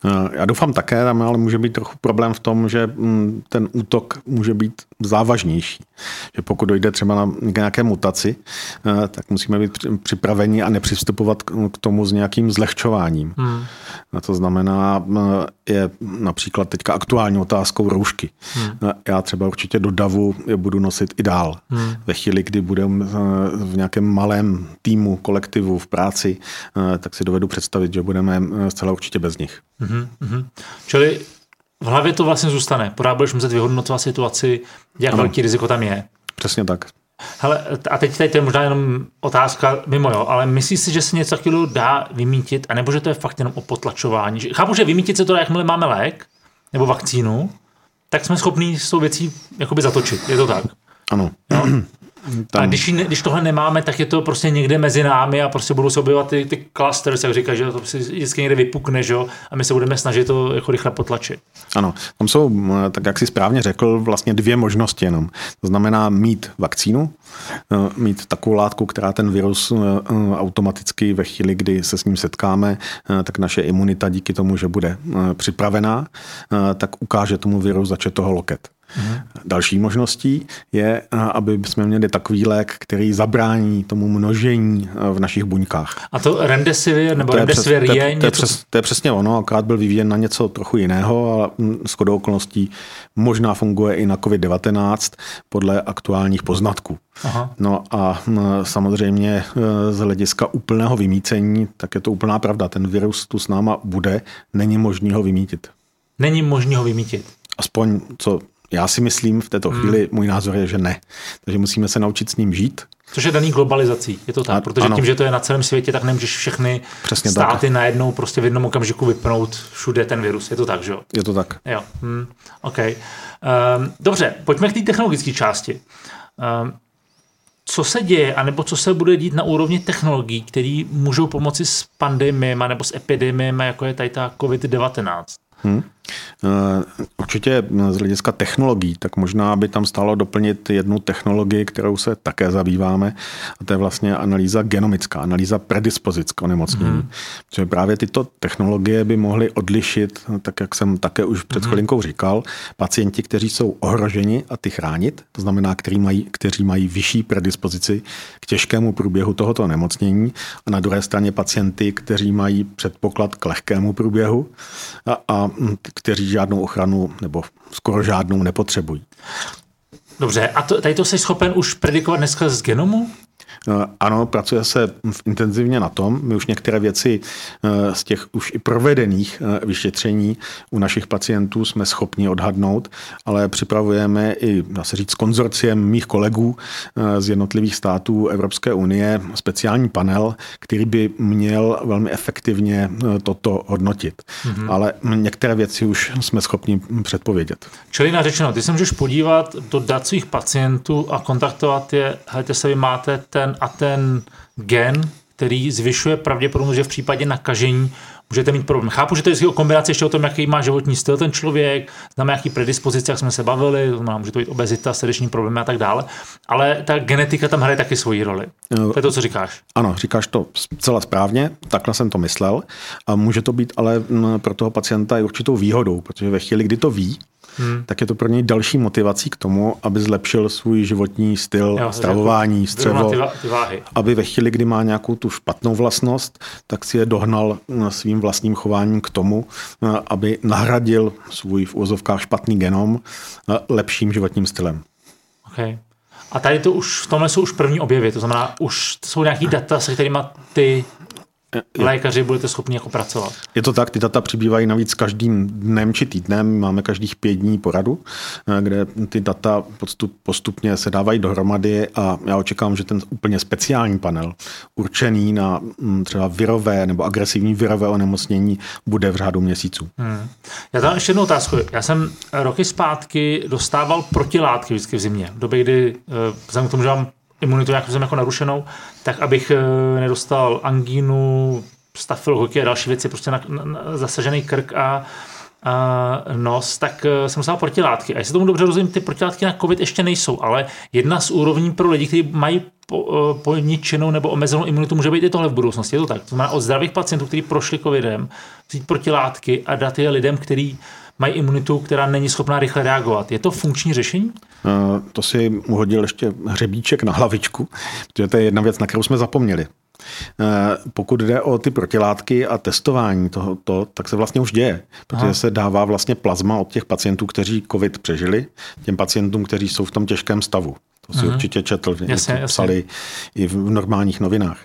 Já doufám také, tam ale může být trochu problém v tom, že ten útok může být závažnější. Že pokud dojde třeba na nějaké mutaci, tak musíme být připraveni a nepřistupovat k tomu s nějakým zlehčováním. To znamená, je například teďka aktuální otázkou roušky. Já třeba určitě do davu je budu nosit i dál. Ve chvíli, kdy budeme v nějakém malém týmu, kolektivu, v práci, tak si dovedu představit, že budeme zcela určitě bez nich. Čili v hlavě to vlastně zůstane. Pořád budeš muset vyhodnocovat situaci, jak velký riziko tam je. Přesně tak. Hele, a teď tady to je možná jenom otázka mimo, jo, ale myslíš si, že se něco takového dá vymítit, anebo že to je fakt jenom o potlačování? Chápu, že vymítit se to dá, jakmile máme lék nebo vakcínu, tak jsme schopní s tou věcí jakoby zatočit. Je to tak? Ano. Jo? A když tohle nemáme, tak je to prostě někde mezi námi a prostě budou se objevovat ty clusters, jak říkáš, že to si vždycky někde vypukne, že? A my se budeme snažit to jako rychle potlačit. Ano, tam jsou, tak jak jsi správně řekl, vlastně dvě možnosti jenom. To znamená mít vakcínu, mít takovou látku, která ten virus automaticky ve chvíli, kdy se s ním setkáme, tak naše imunita díky tomu, že bude připravená, tak ukáže tomu viru začet toho loket. Další možností je, aby jsme měli takový lék, který zabrání tomu množení v našich buňkách. A to remdesivir nebo remdesivir je něco? To je přesně ono, akorát byl vyvíjen na něco trochu jiného, ale shodou okolností možná funguje i na COVID-19 podle aktuálních poznatků. Aha. No a samozřejmě z hlediska úplného vymýcení, tak je to úplná pravda. Ten virus tu s náma bude, není možný ho vymítit. Není možný ho vymítit. Aspoň co já si myslím v této chvíli, můj názor je, že ne. Takže musíme se naučit s ním žít. Což je daný globalizací, je to tak, protože tím, že to je na celém světě, tak nemůžeš všechny přesně státy tak najednou prostě v jednom okamžiku vypnout všude ten virus. Je to tak, že jo? Je to tak. Jo, OK. Dobře, pojďme k té technologické části. Co se děje, anebo co se bude dít na úrovni technologií, které můžou pomoci s pandemiemi nebo s epidemiemi, jako je tady ta COVID-19? Určitě z hlediska technologií, tak možná by tam stálo doplnit jednu technologii, kterou se také zabýváme, a to je vlastně analýza genomická, analýza predispozic k onemocnění. Protože právě tyto technologie by mohly odlišit, tak jak jsem také už před chvilinkou říkal, pacienti, kteří jsou ohroženi a ty chránit, to znamená, kteří mají vyšší predispozici k těžkému průběhu tohoto onemocnění, a na druhé straně pacienty, kteří mají předpoklad k lehkému průběhu a kteří žádnou ochranu nebo skoro žádnou nepotřebují. Dobře, a tady to jsi schopen už predikovat dneska z genomu? Ano, pracuje se intenzivně na tom. My už některé věci z těch už i provedených vyšetření u našich pacientů jsme schopni odhadnout, ale připravujeme i, dá se říct, konzorciem mých kolegů z jednotlivých států Evropské unie speciální panel, který by měl velmi efektivně toto hodnotit. Ale některé věci už jsme schopni předpovědět. Čili nařečeno, ty se můžeš podívat do dat svých pacientů a kontaktovat je, hejte se, vy máte ten gen, který zvyšuje pravděpodobnost, že v případě nakažení můžete mít problém. Chápu, že to je kombinace ještě o tom, jaký má životní styl ten člověk, známe jaký predispozice, jak jsme se bavili, může to být obezita, srdeční problémy a tak dále, ale ta genetika tam hraje taky svoji roli. To je to, co říkáš. Ano, říkáš to zcela správně, takhle jsem to myslel, a může to být ale pro toho pacienta i určitou výhodou, protože ve chvíli, kdy to ví, tak je to pro něj další motivací k tomu, aby zlepšil svůj životní styl, stravování, střevo, aby ve chvíli, kdy má nějakou tu špatnou vlastnost, tak si je dohnal svým vlastním chováním k tomu, aby nahradil svůj v uvozovkách špatný genom lepším životním stylem. Okay. A tady to už, v tomhle jsou už první objevy, to znamená, už jsou nějaký data, se kterými ty lékaři budete schopni jako pracovat. Je to tak, ty data přibývají navíc každým dnem či týdnem. Máme každých 5 dní poradu, kde ty data postupně se dávají dohromady a já očekávám, že ten úplně speciální panel určený na třeba virové nebo agresivní virové onemocnění bude v řádu měsíců. Já tam ještě jednu otázku. Já jsem roky zpátky dostával protilátky vždycky v zimě. V době, kdy vzhledem k tomu, že mám imunitu nějak jako narušenou, tak abych nedostal angínu, stafylokoky a další věci, prostě na zasažený krk a nos, tak jsem dostal protilátky. A jestli tomu dobře rozumím, ty protilátky na COVID ještě nejsou, ale jedna z úrovní pro lidi, kteří mají poničenou nebo omezenou imunitu může být i tohle v budoucnosti. Je to tak? To znamená od zdravých pacientů, kteří prošli covidem, vzít protilátky a dát je lidem, kteří mají imunitu, která není schopná rychle reagovat. Je to funkční řešení? To si uhodil ještě hřebíček na hlavičku, protože to je jedna věc, na kterou jsme zapomněli. Pokud jde o ty protilátky a testování tohoto, tak se vlastně už děje, protože se dává vlastně plazma od těch pacientů, kteří covid přežili, těm pacientům, kteří jsou v tom těžkém stavu. To si určitě četl, jasně. Psali i v normálních novinách.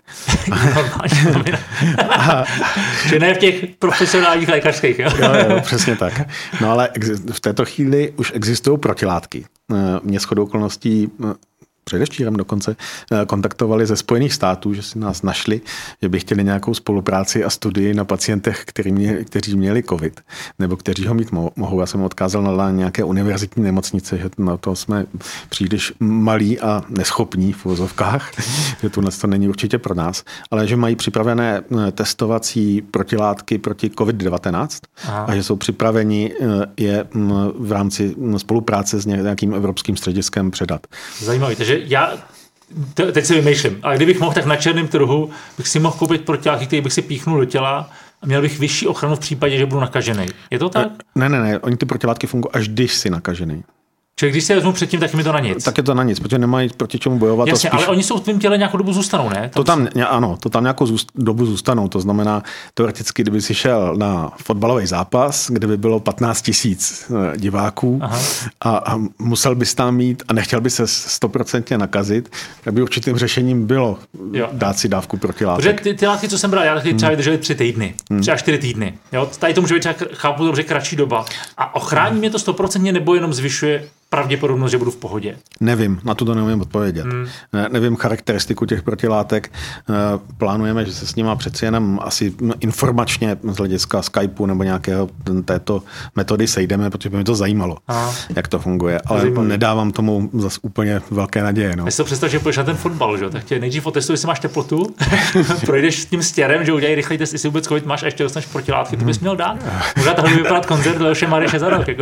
Že ne v těch profesionálních lékařských. Jo? Jo, přesně tak. No ale v této chvíli už existují protilátky. Mě shodou okolností předevčírem dokonce kontaktovali ze Spojených států, že si nás našli, že by chtěli nějakou spolupráci a studii na pacientech, kteří měli covid, nebo kteří ho mít mohou. Já jsem odkázal na nějaké univerzitní nemocnice, že na to jsme příliš malí a neschopní v uvozovkách, že tohle to není určitě pro nás, ale že mají připravené testovací protilátky proti COVID-19 a že jsou připraveni je v rámci spolupráce s nějakým evropským střediskem předat. Zajímavý, takže já teď si vymýšlím, ale kdybych mohl, tak na černém trhu bych si mohl koupit protilátky, který bych si píchnul do těla a měl bych vyšší ochranu v případě, že budu nakažený. Je to tak? Ne, oni ty protilátky fungují, až když jsi nakažený. Čili když se vezmu předtím, tak je mi to na nic. Tak je to na nic, protože nemají proti čemu bojovat. Jasně, ale oni jsou v tvém těle nějakou dobu zůstanou, ne? To tam nějakou dobu zůstanou. To znamená, teoreticky, kdyby si šel na fotbalový zápas, kde by bylo 15 000 diváků a musel bys tam mít a nechtěl by se 100% nakazit, tak by určitým řešením bylo dát si dávku protilátek. Protože ty látky, co jsem bral, já taky třeba vydrželi 3 týdny, třeba 4 týdny. Jo? Tady to může být třeba, chápu dobře, kratší doba. A ochrání mě to 100% nebo jenom zvyšuje pravděpodobnost, že budu v pohodě? Nevím, na to nevím odpovědět. Nevím charakteristiku těch protilátek. Plánujeme, že se s nima přeci jenom asi informačně z hlediska Skypeu nebo nějakého této metody sejdeme, protože by mi to zajímalo, jak to funguje. Ale nedávám tomu zase úplně velké naděje. No. Já si to představ, že půjdeš na ten fotbal, že? Tak tě nejdřív otestuj, jestli máš teplotu, projdeš s tím stěrem, že udělají rychlej test, jestli vůbec covid máš a ještě dostaneš protilátky, to bys měl dát. Možná tohle by vypadat koncert Leoše Mareše za rok. Jako.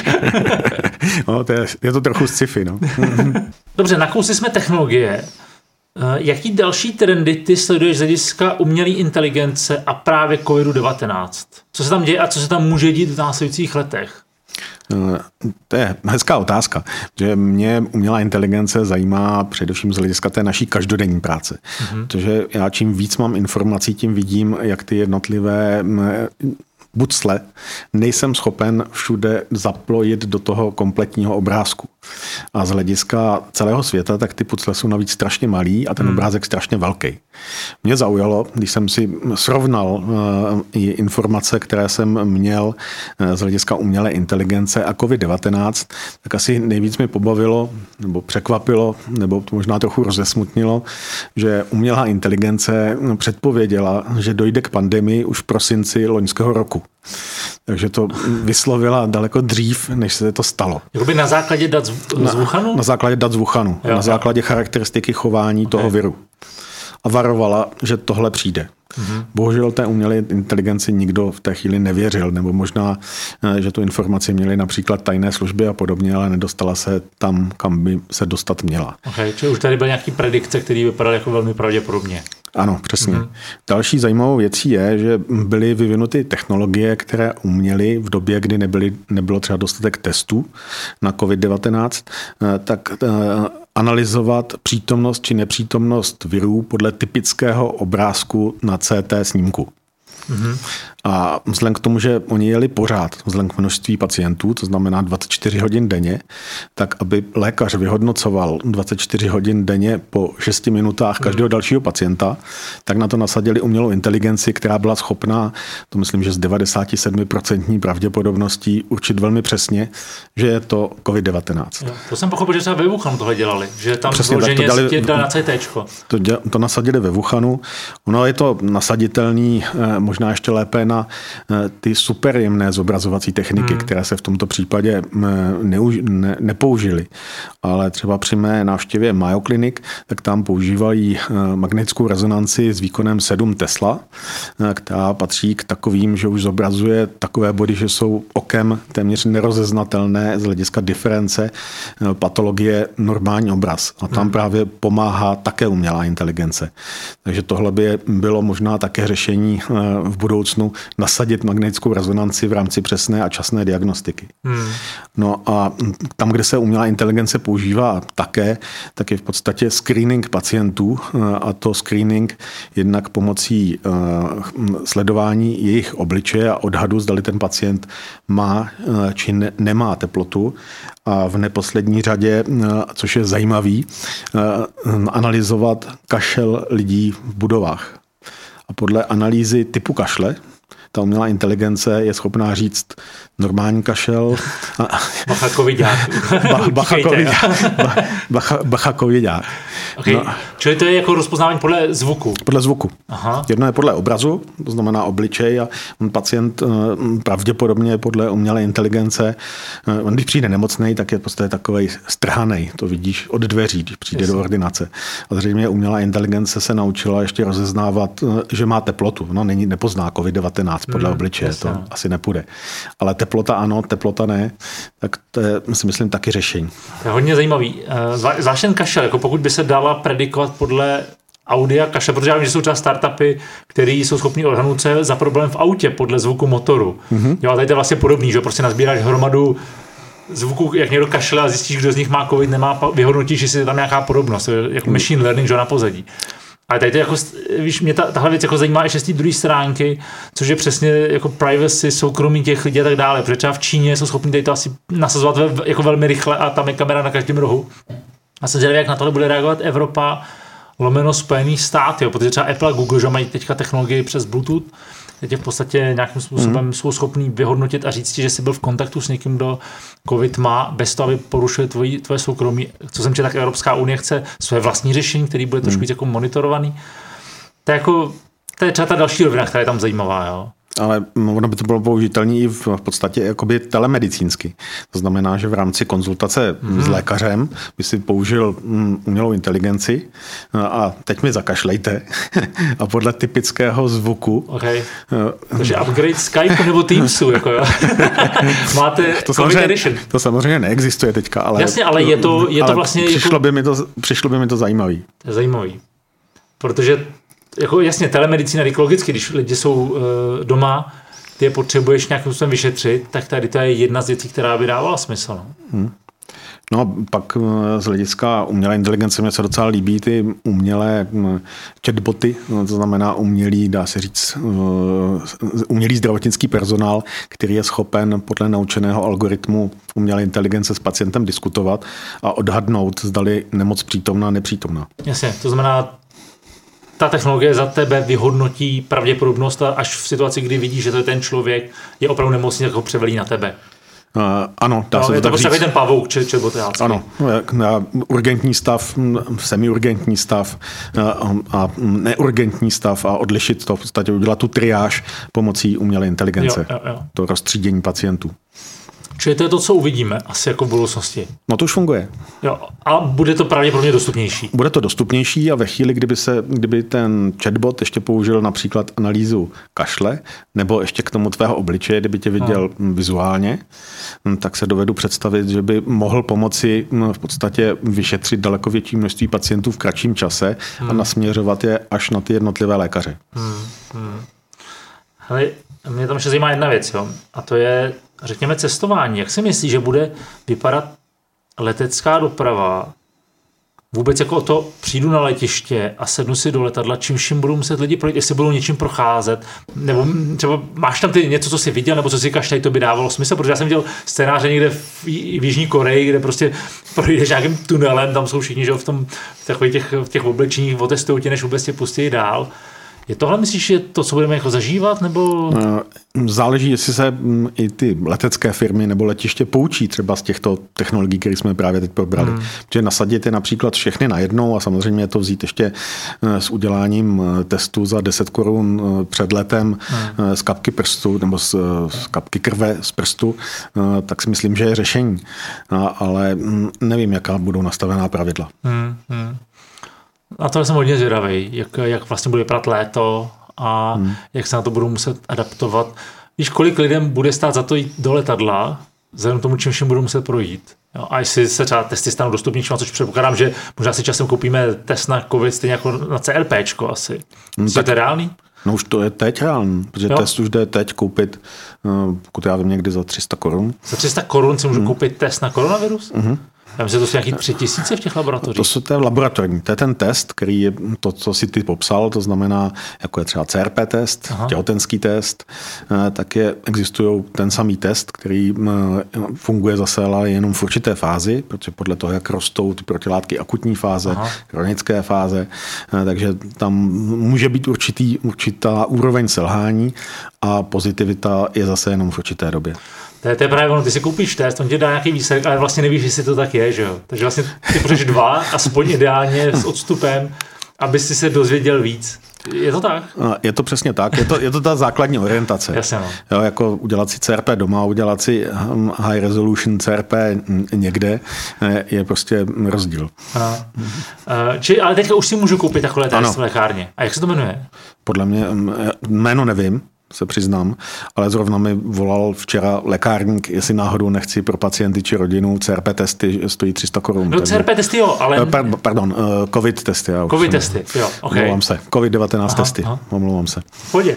No, je to trochu sci-fi, no. Dobře, nakousli jsme technologie. Jaký další trendy ty sleduješ z hlediska umělé inteligence a právě COVID-19? Co se tam děje a co se tam může dít v následujících letech? To je hezká otázka, že mě umělá inteligence zajímá především z hlediska té naší každodenní práce. Protože já čím víc mám informací, tím vidím, jak ty jednotlivé bucle nejsem schopen všude zaplojit do toho kompletního obrázku. A z hlediska celého světa, tak ty pucle jsou navíc strašně malý a ten obrázek strašně velký. Mě zaujalo, když jsem si srovnal informace, které jsem měl z hlediska umělé inteligence a COVID-19, tak asi nejvíc mi pobavilo, nebo překvapilo, nebo to možná trochu rozesmutnilo, že umělá inteligence předpověděla, že dojde k pandemii už v prosinci loňského roku. Takže to vyslovila daleko dřív, než se to stalo. Jakoby na základě dat z Wuhanu? Na základě dat z Wuhanu. Na základě charakteristiky chování toho viru. A varovala, že tohle přijde. Bohužel té umělé inteligenci nikdo v té chvíli nevěřil, nebo možná, že tu informaci měly například tajné služby a podobně, ale nedostala se tam, kam by se dostat měla. Čili už tady byly nějaké predikce, které vypadaly jako velmi pravděpodobně. Ano, přesně. Další zajímavou věcí je, že byly vyvinuty technologie, které uměly v době, kdy nebylo třeba dostatek testů na COVID-19, tak analyzovat přítomnost či nepřítomnost virů podle typického obrázku na CT snímku. A vzhledem k tomu, že oni jeli pořád, vzhledem k množství pacientů, to znamená 24 hodin denně, tak aby lékař vyhodnocoval 24 hodin denně po 6 minutách každého dalšího pacienta, tak na to nasadili umělou inteligenci, která byla schopná, to myslím, že s 97% pravděpodobností určit velmi přesně, že je to COVID-19. To jsem pochopil, že třeba ve Wuhanu tohle dělali, že tam vloženě dali na CTčko. To nasadili ve Wuhanu. Ono je to nasaditelný možná ještě lépe na ty superjemné zobrazovací techniky, které se v tomto případě nepoužily. Ale třeba při mé návštěvě Mayo Clinic, tak tam používají magnetickou rezonanci s výkonem 7 Tesla, která patří k takovým, že už zobrazuje takové body, že jsou okem téměř nerozeznatelné z hlediska diference patologie normální obraz. A tam právě pomáhá také umělá inteligence. Takže tohle by bylo možná také řešení v budoucnu nasadit magnetickou rezonanci v rámci přesné a časné diagnostiky. No a tam, kde se umělá inteligence používá také, tak je v podstatě screening pacientů, a to screening jednak pomocí sledování jejich obličeje a odhadu, zdali ten pacient má či nemá teplotu, a v neposlední řadě, což je zajímavý, analyzovat kašel lidí v budovách. A podle analýzy typu kašle ta umělá inteligence je schopná říct normální kašel. Bachakoviďák. Okay. No. Čili to je jako rozpoznávání podle zvuku? Podle zvuku. Aha. Jedno je podle obrazu, to znamená obličej, a pacient pravděpodobně podle umělé inteligence, on když přijde nemocnej, tak je prostě takovej strhanej. To vidíš od dveří, když přijde do ordinace. A zřejmě umělá inteligence se naučila ještě rozeznávat, že má teplotu. No, nepozná COVID-19 podle obličeje, to asi nepůjde. Ale teplota ano, teplota ne, tak to je, si myslím, taky řešení. To je hodně zajímavý. Zvlášť ten kašel, jako pokud by se dala predikovat podle audia kašel, protože já vím, že jsou třeba startupy, které jsou schopní odhadnout, co je za problém v autě podle zvuku motoru. Jo, a tady to je vlastně podobný, že prostě nazbíráš hromadu zvuku, jak někdo kašle a zjistíš, kdo z nich má covid, nemá, vyhodnotíš, jestli je tam nějaká podobnost, jako machine learning, že na pozadí. Ale tady to jako, víš, mě tahle věc jako zajímá ještě z té druhé stránky, což je přesně jako privacy, soukromí těch lidí a tak dále, protože třeba v Číně jsou schopni tady to asi nasazovat jako velmi rychle a tam je kamera na každém rohu. A jsem zvědavý, jak na tohle bude reagovat Evropa, lomeno Spojený státy, protože třeba Apple a Google, že mají teďka technologii přes Bluetooth, teď v podstatě nějakým způsobem jsou schopní vyhodnotit a říct ti, že jsi byl v kontaktu s někým, kdo covid má, bez toho, aby porušil tvoje soukromí. Co jsem četl, tak Evropská unie chce své vlastní řešení, který bude trošku víc jako monitorovaný. To je třeba ta další rovina, která je tam zajímavá. Jo? Ale ono by to bylo použitelné i v podstatě jakoby telemedicínsky. To znamená, že v rámci konzultace s lékařem by si použil umělou inteligenci a teď mi zakašlejte a podle typického zvuku. Okay. Takže upgrade Skype nebo Teamsu. Jako, jo. Máte COVID edition. To samozřejmě neexistuje teďka. Ale, jasně, ale je to vlastně... Přišlo by mi to zajímavý. To je zajímavý. Protože jako jasně, telemedicína, logicky, když lidi jsou doma, ty je potřebuješ nějakým způsobem vyšetřit, tak tady to je jedna z věcí, která by dávala smysl. No. No pak z hlediska umělé inteligence mě se docela líbí ty umělé chatboty, to znamená dá se říct, umělý zdravotnický personál, který je schopen podle naučeného algoritmu umělé inteligence s pacientem diskutovat a odhadnout, zdali nemoc přítomná, nepřítomná. Jasně, to znamená, ta technologie za tebe vyhodnotí pravděpodobnost a až v situaci, kdy vidíš, že to je ten člověk, je opravdu nemocný, tak ho převelí na tebe. Ano, dá se to tak říct. Je to ten pavouk, četbotácký. Ano, urgentní stav, semiurgentní stav a neurgentní stav a odlišit to, v podstatě udělat tu triáž pomocí umělé inteligence. Jo. To roztřídění pacientů. Čili to je to, co uvidíme asi jako v budoucnosti. No to už funguje. Jo, a bude to pravděpodobně dostupnější. Bude to dostupnější a ve chvíli, kdyby ten chatbot ještě použil například analýzu kašle nebo ještě k tomu tvého obličeje, kdyby tě viděl vizuálně, tak se dovedu představit, že by mohl pomoci v podstatě vyšetřit daleko větší množství pacientů v kratším čase a nasměřovat je až na ty jednotlivé lékaře. Hele, mě tam ještě zajímá jedna věc, jo? A to je, řekněme, cestování. Jak si myslíš, že bude vypadat letecká doprava? Vůbec jako to přijdu na letiště a sednu si do letadla, čím budou muset lidi projít, jestli budou něčím procházet, nebo třeba máš tam ty něco, co jsi viděl, nebo co si říkáš, to by dávalo smysl, protože já jsem viděl scénáře někde v Jižní Koreji, kde prostě projdeš nějakým tunelem, tam jsou všichni, že v těch oblečeních otestují tě, než vůbec tě pustí dál. Je tohle, myslíš, že to, co budeme jako zažívat, nebo... Záleží, jestli se i ty letecké firmy nebo letiště poučí třeba z těchto technologií, které jsme právě teď probrali. Protože nasadit je například všechny najednou a samozřejmě to vzít ještě s uděláním testu za 10 korun před letem z kapky prstu nebo z kapky krve z prstu, tak si myslím, že je řešení. Ale nevím, jaká budou nastavená pravidla. A to jsem hodně zvědavý, jak vlastně bude vypadat léto a jak se na to budou muset adaptovat. Víš, kolik lidem bude stát za to jít do letadla, vzhledem tomu, čím všem budou muset projít. Jo, a jestli se třeba testy stanou dostupnější, což předpokládám, že možná si časem koupíme test na COVID stejně jako na CRPčko asi. Je to reálný? No už to je teď reálný, protože test už jde teď koupit, pokud já vím, někdy za 300 korun. Za 300 korun si můžu koupit test na koronavirus? Já myslím, že to jsou nějaký 3000 v těch laboratořích. To je laboratorní. To je ten test, který je to, co si ty popsal, to znamená, jako je třeba CRP test, těhotenský test, tak existují ten samý test, který funguje zase ale jenom v určité fázi, protože podle toho, jak rostou ty protilátky akutní fáze, chronické fáze, takže tam může být určitá úroveň selhání a pozitivita je zase jenom v určité době. To je právě ono, ty si koupíš test, on ti dá nějaký výsledek, ale vlastně nevíš, jestli to tak je, že jo. Takže vlastně ty potřebuješ 2, aspoň ideálně s odstupem, aby si se dozvěděl víc. Je to tak? Je to přesně tak, je to ta základní orientace. Jasně, no. Jo, jako udělat si CRP doma, udělat si high resolution CRP někde, je prostě rozdíl. Ale teďka už si můžu koupit takové test v lékárně. A jak se to jmenuje? Podle mě jméno nevím, se přiznám, ale zrovna mi volal včera lékárník, jestli náhodou nechci pro pacienty či rodinu CRP testy, stojí 300 korun. No CRP testy jo, ale... Pardon, COVID testy. COVID testy, jo, ok. Omlouvám se, COVID-19 testy, omlouvám se. Pohodě.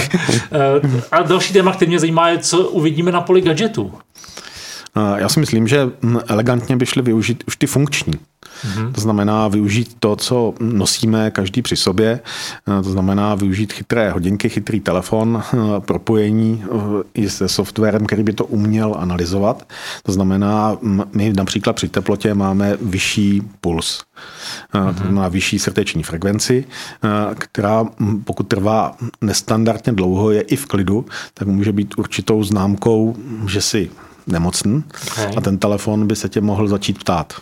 A další téma, který mě zajímá, je, co uvidíme na poli gadgetů. Já si myslím, že elegantně by šli využít už ty funkční. To znamená využít to, co nosíme každý při sobě, to znamená využít chytré hodinky, chytrý telefon, propojení i se softwarem, který by to uměl analyzovat. To znamená, my například při teplotě máme vyšší puls, to znamená vyšší srdeční frekvenci, která pokud trvá nestandardně dlouho, je i v klidu, tak může být určitou známkou, že si nemocný a ten telefon by se tě mohl začít ptát.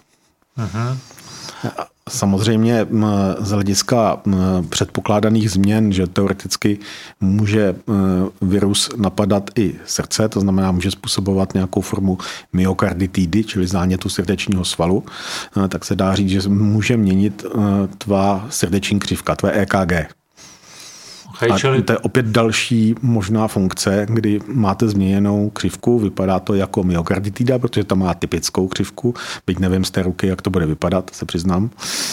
Samozřejmě z hlediska předpokládaných změn, že teoreticky může virus napadat i srdce, to znamená, může způsobovat nějakou formu myokarditidy, čili zánětu srdečního svalu, tak se dá říct, že může měnit tvá srdeční křivka, tvé EKG. A to je opět další možná funkce, kdy máte změněnou křivku, vypadá to jako myokarditida, protože tam má typickou křivku, byť nevím z té ruky, jak to bude vypadat, se přiznám.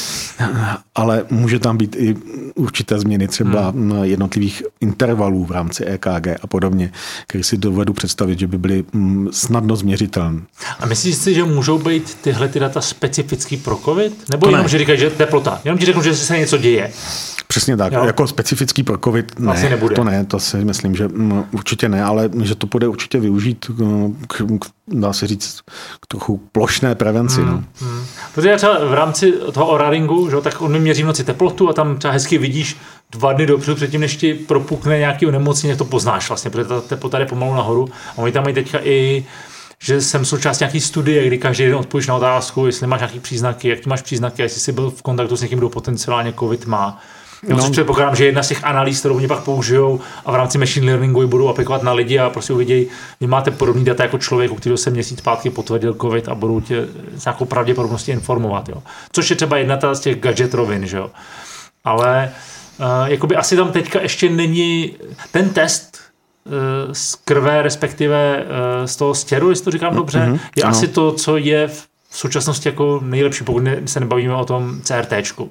Ale může tam být i určité změny třeba jednotlivých intervalů v rámci EKG a podobně, které si dovedu představit, že by byly snadno změřitelné. A myslíš si, že můžou být tyhle ty data specifický pro COVID? Nebo jenom, že říkají, že teplota? Jenom ti řeknu, že se něco děje. Přesně tak. Jo? Jako specifický pro COVID ne, asi nebude. To ne, to si myslím, že určitě ne, ale že to bude určitě využít dá se říct, k trochu plošné prevenci. Protože já třeba v rámci toho Oura-ringu, že, tak on mi měří v noci teplotu a tam třeba hezky vidíš 2 dny dopředu, předtím, než ti propukne nějaký onemocnění, jak to poznáš vlastně, protože ta teplota jde pomalu nahoru. A oni tam mají teďka i, že jsem součást nějaký studie, kdy každý den odpovíš na otázku, jestli máš nějaký příznaky, jak máš příznaky, jestli jsi byl v kontaktu s někým, kdo potenciálně COVID má. Což předpokládám, že jedna z těch analýz, kterou oni pak použijou a v rámci machine learningu budou aplikovat na lidi a prostě uvidějí, vy máte podobný data jako člověk, u kterého se měsíc zpátky potvrdil COVID a budou tě s nějakou pravděpodobností informovat. Jo. Což je třeba jedna z těch gadget rovin. Že jo. Ale jakoby asi tam teďka ještě není ten test z krve, respektive z toho stěru, jestli to říkám dobře, je ano. Asi to, co je v současnosti jako nejlepší, pokud se nebavíme o tom CRTčku.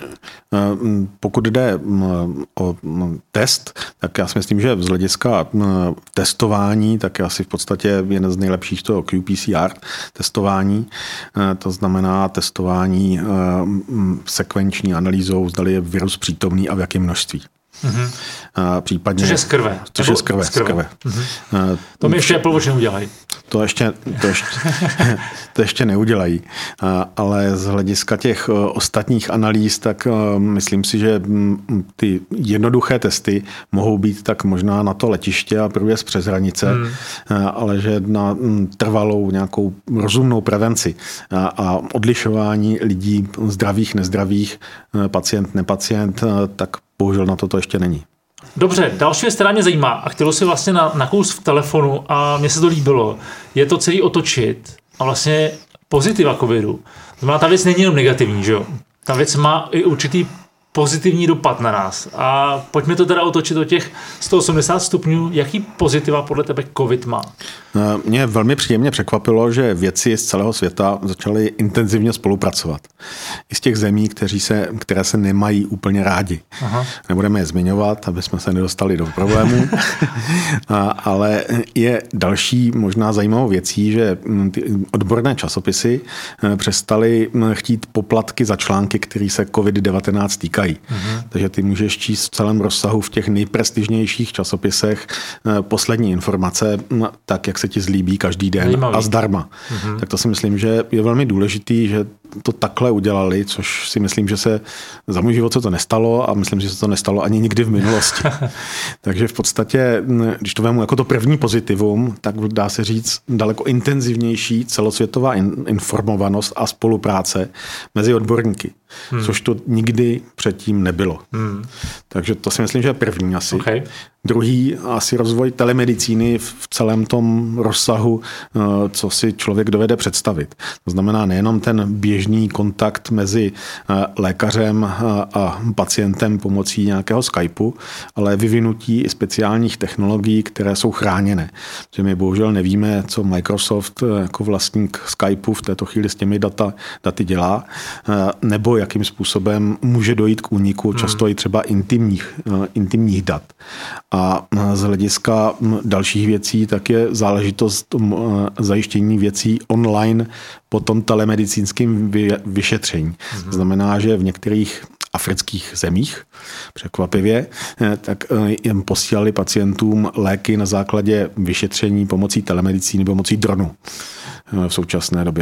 Pokud jde o test, tak já si myslím, že z hlediska testování, tak je asi v podstatě jeden z nejlepších toho qPCR testování. To znamená testování sekvenční analýzou, zdali je virus přítomný a v jakém množství. Případně, což je z krve. Což je z krve. To mi ještě Apple Watch neudělají. To ještě neudělají. Ale z hlediska těch ostatních analýz, tak myslím si, že ty jednoduché testy mohou být tak možná na to letiště a průjezd přes hranice, ale že na trvalou nějakou rozumnou prevenci a odlišování lidí zdravých, nezdravých, pacient, nepacient, tak bohužel na to ještě není. Dobře, další věc, která mě zajímá a chtělo si vlastně na kurz v telefonu a mně se to líbilo, je to celý otočit a vlastně pozitiva covidu. Znamená, ta věc není jenom negativní, že jo? Ta věc má i určitý pozitivní dopad na nás. A pojďme to teda otočit o těch 180 stupňů. Jaký pozitiva podle tebe covid má? Mě velmi příjemně překvapilo, že vědci z celého světa začali intenzivně spolupracovat. I z těch zemí, které se nemají úplně rádi. Aha. Nebudeme je zmiňovat, aby jsme se nedostali do problémů. Ale je další možná zajímavou věcí, že ty odborné časopisy přestaly chtít poplatky za články, které se COVID-19 týkají. Takže ty můžeš číst v celém rozsahu v těch nejprestižnějších časopisech poslední informace, tak jak se ti zlíbí každý den. Zajímavý. A zdarma. Tak to si myslím, že je velmi důležitý, že to takhle udělali, což si myslím, že se za můj život se to nestalo a myslím, že se to nestalo ani nikdy v minulosti. Takže v podstatě, když to vemu jako to první pozitivum, tak dá se říct daleko intenzivnější celosvětová informovanost a spolupráce mezi odborníky, což to nikdy předtím nebylo. Takže to si myslím, že je první asi. Okay. Druhý asi rozvoj telemedicíny v celém tom rozsahu, co si člověk dovede představit. To znamená nejenom ten běžný kontakt mezi lékařem a pacientem pomocí nějakého Skypeu, ale vyvinutí speciálních technologií, které jsou chráněné. Protože my bohužel nevíme, co Microsoft jako vlastník Skypeu v této chvíli s těmi daty dělá, nebo jakým způsobem může dojít k úniku často i třeba intimních dat. A z hlediska dalších věcí tak je záležitost zajištění věcí online po tom telemedicínském vyšetření. To znamená, že v některých afrických zemích, překvapivě, tak jim posílali pacientům léky na základě vyšetření pomocí telemedicíny, pomocí dronu v současné době,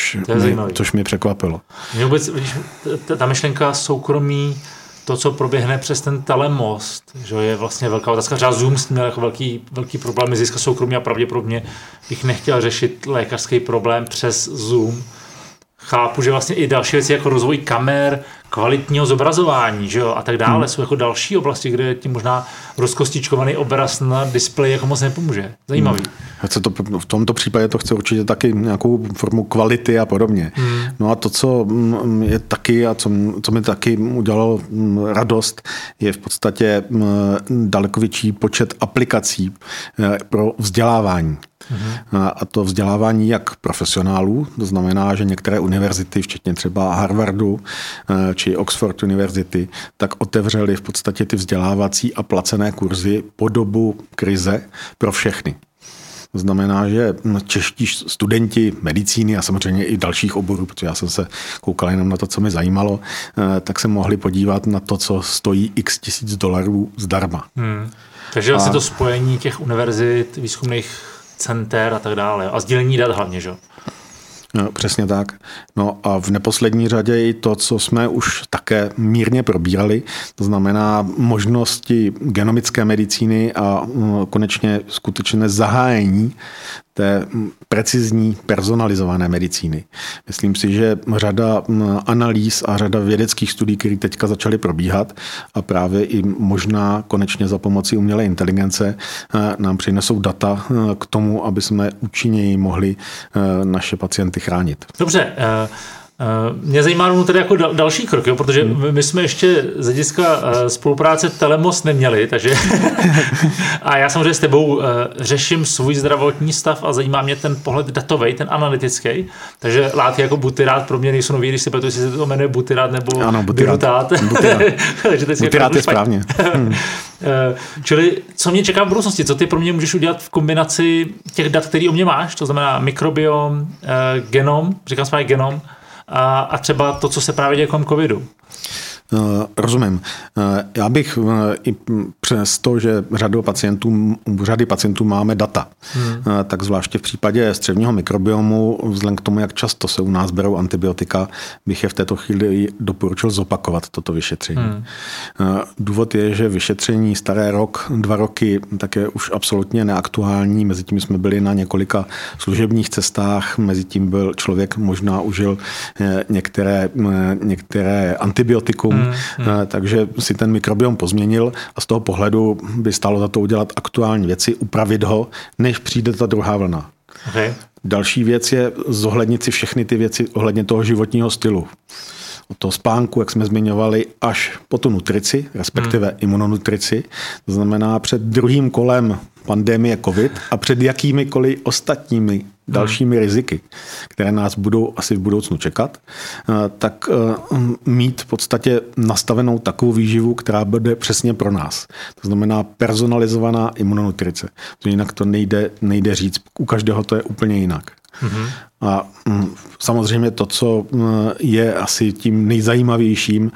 což mě překvapilo. Mě vůbec, ta myšlenka soukromí, to, co proběhne přes ten telemost, že je vlastně velká otázka. Třeba Zoom měl jako velký problém získat soukromí a pravděpodobně bych nechtěl řešit lékařský problém přes Zoom. Chápu, že vlastně i další věci jako rozvoj kamer, kvalitního zobrazování, že jo, a tak dále jsou jako další oblasti, kde ti možná rozkostičkovaný obraz na displeji jako moc nepomůže. Zajímavý. V tomto případě to chce určitě taky nějakou formu kvality a podobně. No a to, co je taky a co mi taky udělalo radost, je v podstatě daleko větší počet aplikací pro vzdělávání. A to vzdělávání jak profesionálů, to znamená, že některé univerzity, včetně třeba Harvardu či Oxford University, tak otevřely v podstatě ty vzdělávací a placené kurzy po dobu krize pro všechny. To znamená, že čeští studenti medicíny a samozřejmě i dalších oborů, protože já jsem se koukal jenom na to, co mě zajímalo, tak se mohli podívat na to, co stojí x tisíc $1000 zdarma. Takže vlastně to spojení těch univerzit, výzkumných center a tak dále. A sdílení dat hlavně, že? No, přesně tak. No a v neposlední řadě i to, co jsme už také mírně probírali, to znamená možnosti genomické medicíny a konečně skutečné zahájení té precizní personalizované medicíny. Myslím si, že řada analýz a řada vědeckých studií, které teďka začaly probíhat a právě i možná konečně za pomocí umělé inteligence nám přinesou data k tomu, aby jsme účinněji mohli naše pacienty chránit. Dobře. Mě zajímá tedy jako další krok, jo? Protože my jsme ještě z hlediska spolupráce Telemost neměli, takže a já samozřejmě s tebou řeším svůj zdravotní stav a zajímá mě ten pohled datový, ten analytický, takže látky jako butyrát pro mě nejsou nový, když si protože se to jmenuje butyrát nebo butyrát. Butyrát je správně. Čili co mě čeká v budoucnosti? Co ty pro mě můžeš udělat v kombinaci těch dat, který o mě máš, to znamená mikrobiom, genom, říkám správně genom, a třeba to, co se právě děje kolem covidu? Rozumím. Já bych i přes to, že řady pacientů máme data, tak zvláště v případě střevního mikrobiomu, vzhledem k tomu, jak často se u nás berou antibiotika, bych je v této chvíli doporučil zopakovat toto vyšetření. Důvod je, že vyšetření staré rok, 2 roky, tak je už absolutně neaktuální. Mezitím jsme byli na několika služebních cestách, mezitím byl člověk možná užil některé antibiotikum, takže si ten mikrobiom pozměnil a z toho pohledu by stálo za to udělat aktuální věci, upravit ho, než přijde ta druhá vlna. Okay. Další věc je zohlednit si všechny ty věci ohledně toho životního stylu. Od toho spánku, jak jsme zmiňovali, až po tu nutrici, respektive imunonutrici. To znamená před druhým kolem pandemie COVID a před jakýmikoliv ostatními dalšími riziky, které nás budou asi v budoucnu čekat, tak mít v podstatě nastavenou takovou výživu, která bude přesně pro nás. To znamená personalizovaná imunonutrice. Jinak to nejde říct. U každého to je úplně jinak. A samozřejmě to, co je asi tím nejzajímavějším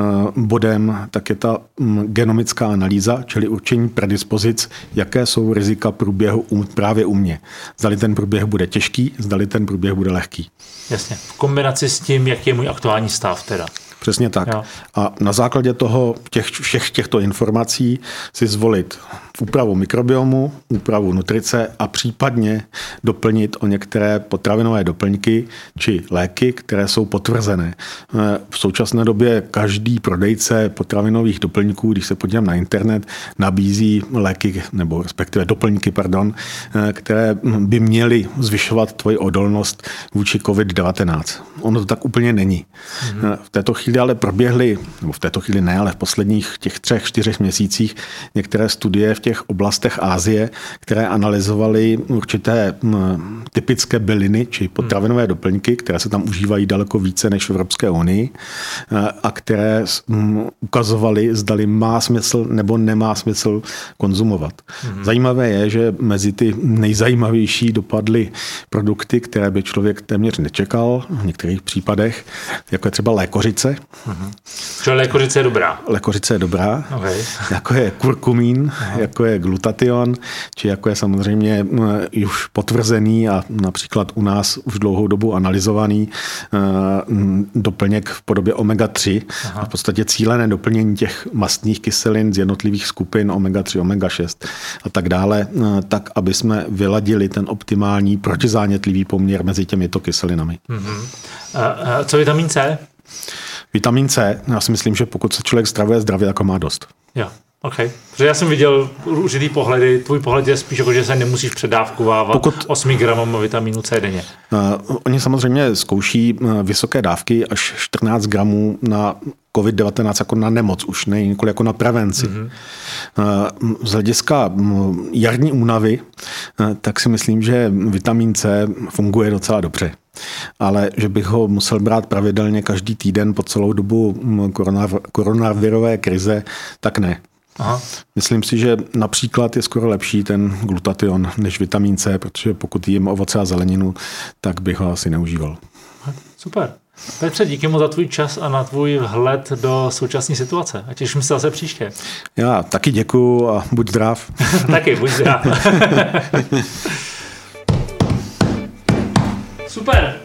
bodem, tak je ta genomická analýza, čili určení predispozic, jaké jsou rizika průběhu právě u mě. Zdali ten průběh bude těžký, zdali ten průběh bude lehký. Jasně. V kombinaci s tím, jaký je můj aktuální stav teda. Přesně tak. Jo. A na základě toho všech těchto informací si zvolit úpravu mikrobiomu, úpravu nutrice a případně doplnit o některé potravinové doplňky či léky, které jsou potvrzené. V současné době každý prodejce potravinových doplňků, když se podívám na internet, nabízí léky, nebo respektive doplňky, které by měly zvyšovat tvoji odolnost vůči COVID-19. Ono to tak úplně není. V této chvíli ale proběhly, nebo v této chvíli ne, ale v posledních těch 3-4 měsících některé studie v těch oblastech Asie, které analyzovaly určité typické byliny či potravinové doplňky, které se tam užívají daleko více než v Evropské unii a které ukazovaly, zdali má smysl nebo nemá smysl konzumovat. Zajímavé je, že mezi ty nejzajímavější dopadly produkty, které by člověk téměř nečekal v některých případech, jako je třeba lékořice. Čili lékořice je dobrá? Lékořice je dobrá, okay. Jako je kurkumín, jako je glutation, či jako je samozřejmě už potvrzený a například u nás už dlouhou dobu analyzovaný doplněk v podobě omega-3. V podstatě cílené doplnění těch mastných kyselin z jednotlivých skupin omega-3, omega-6 a tak dále, tak, aby jsme vyladili ten optimální protizánětlivý poměr mezi těmito kyselinami. Co vitamin C? Vitamin C, já si myslím, že pokud se člověk stravuje zdravě, jako má dost. Jo, ok. Protože já jsem viděl určitý pohledy, tvůj pohled je spíš jako, že se nemusíš předávkovávat 8 gramů vitamínu C denně. Oni samozřejmě zkouší vysoké dávky až 14 gramů na COVID-19 jako na nemoc, už ne nikoli jako na prevenci. Z hlediska jarní únavy, tak si myslím, že vitamin C funguje docela dobře. Ale že bych ho musel brát pravidelně každý týden po celou dobu koronavirové krize, tak ne. Aha. Myslím si, že například je skoro lepší ten glutation než vitamin C, protože pokud jím ovoce a zeleninu, tak bych ho asi neužíval. Super. Petře, díky moc za tvůj čas a na tvůj vhled do současné situace. A těším se zase příště. Já taky děkuju a buď zdrav. Taky, buď zdrav. Super.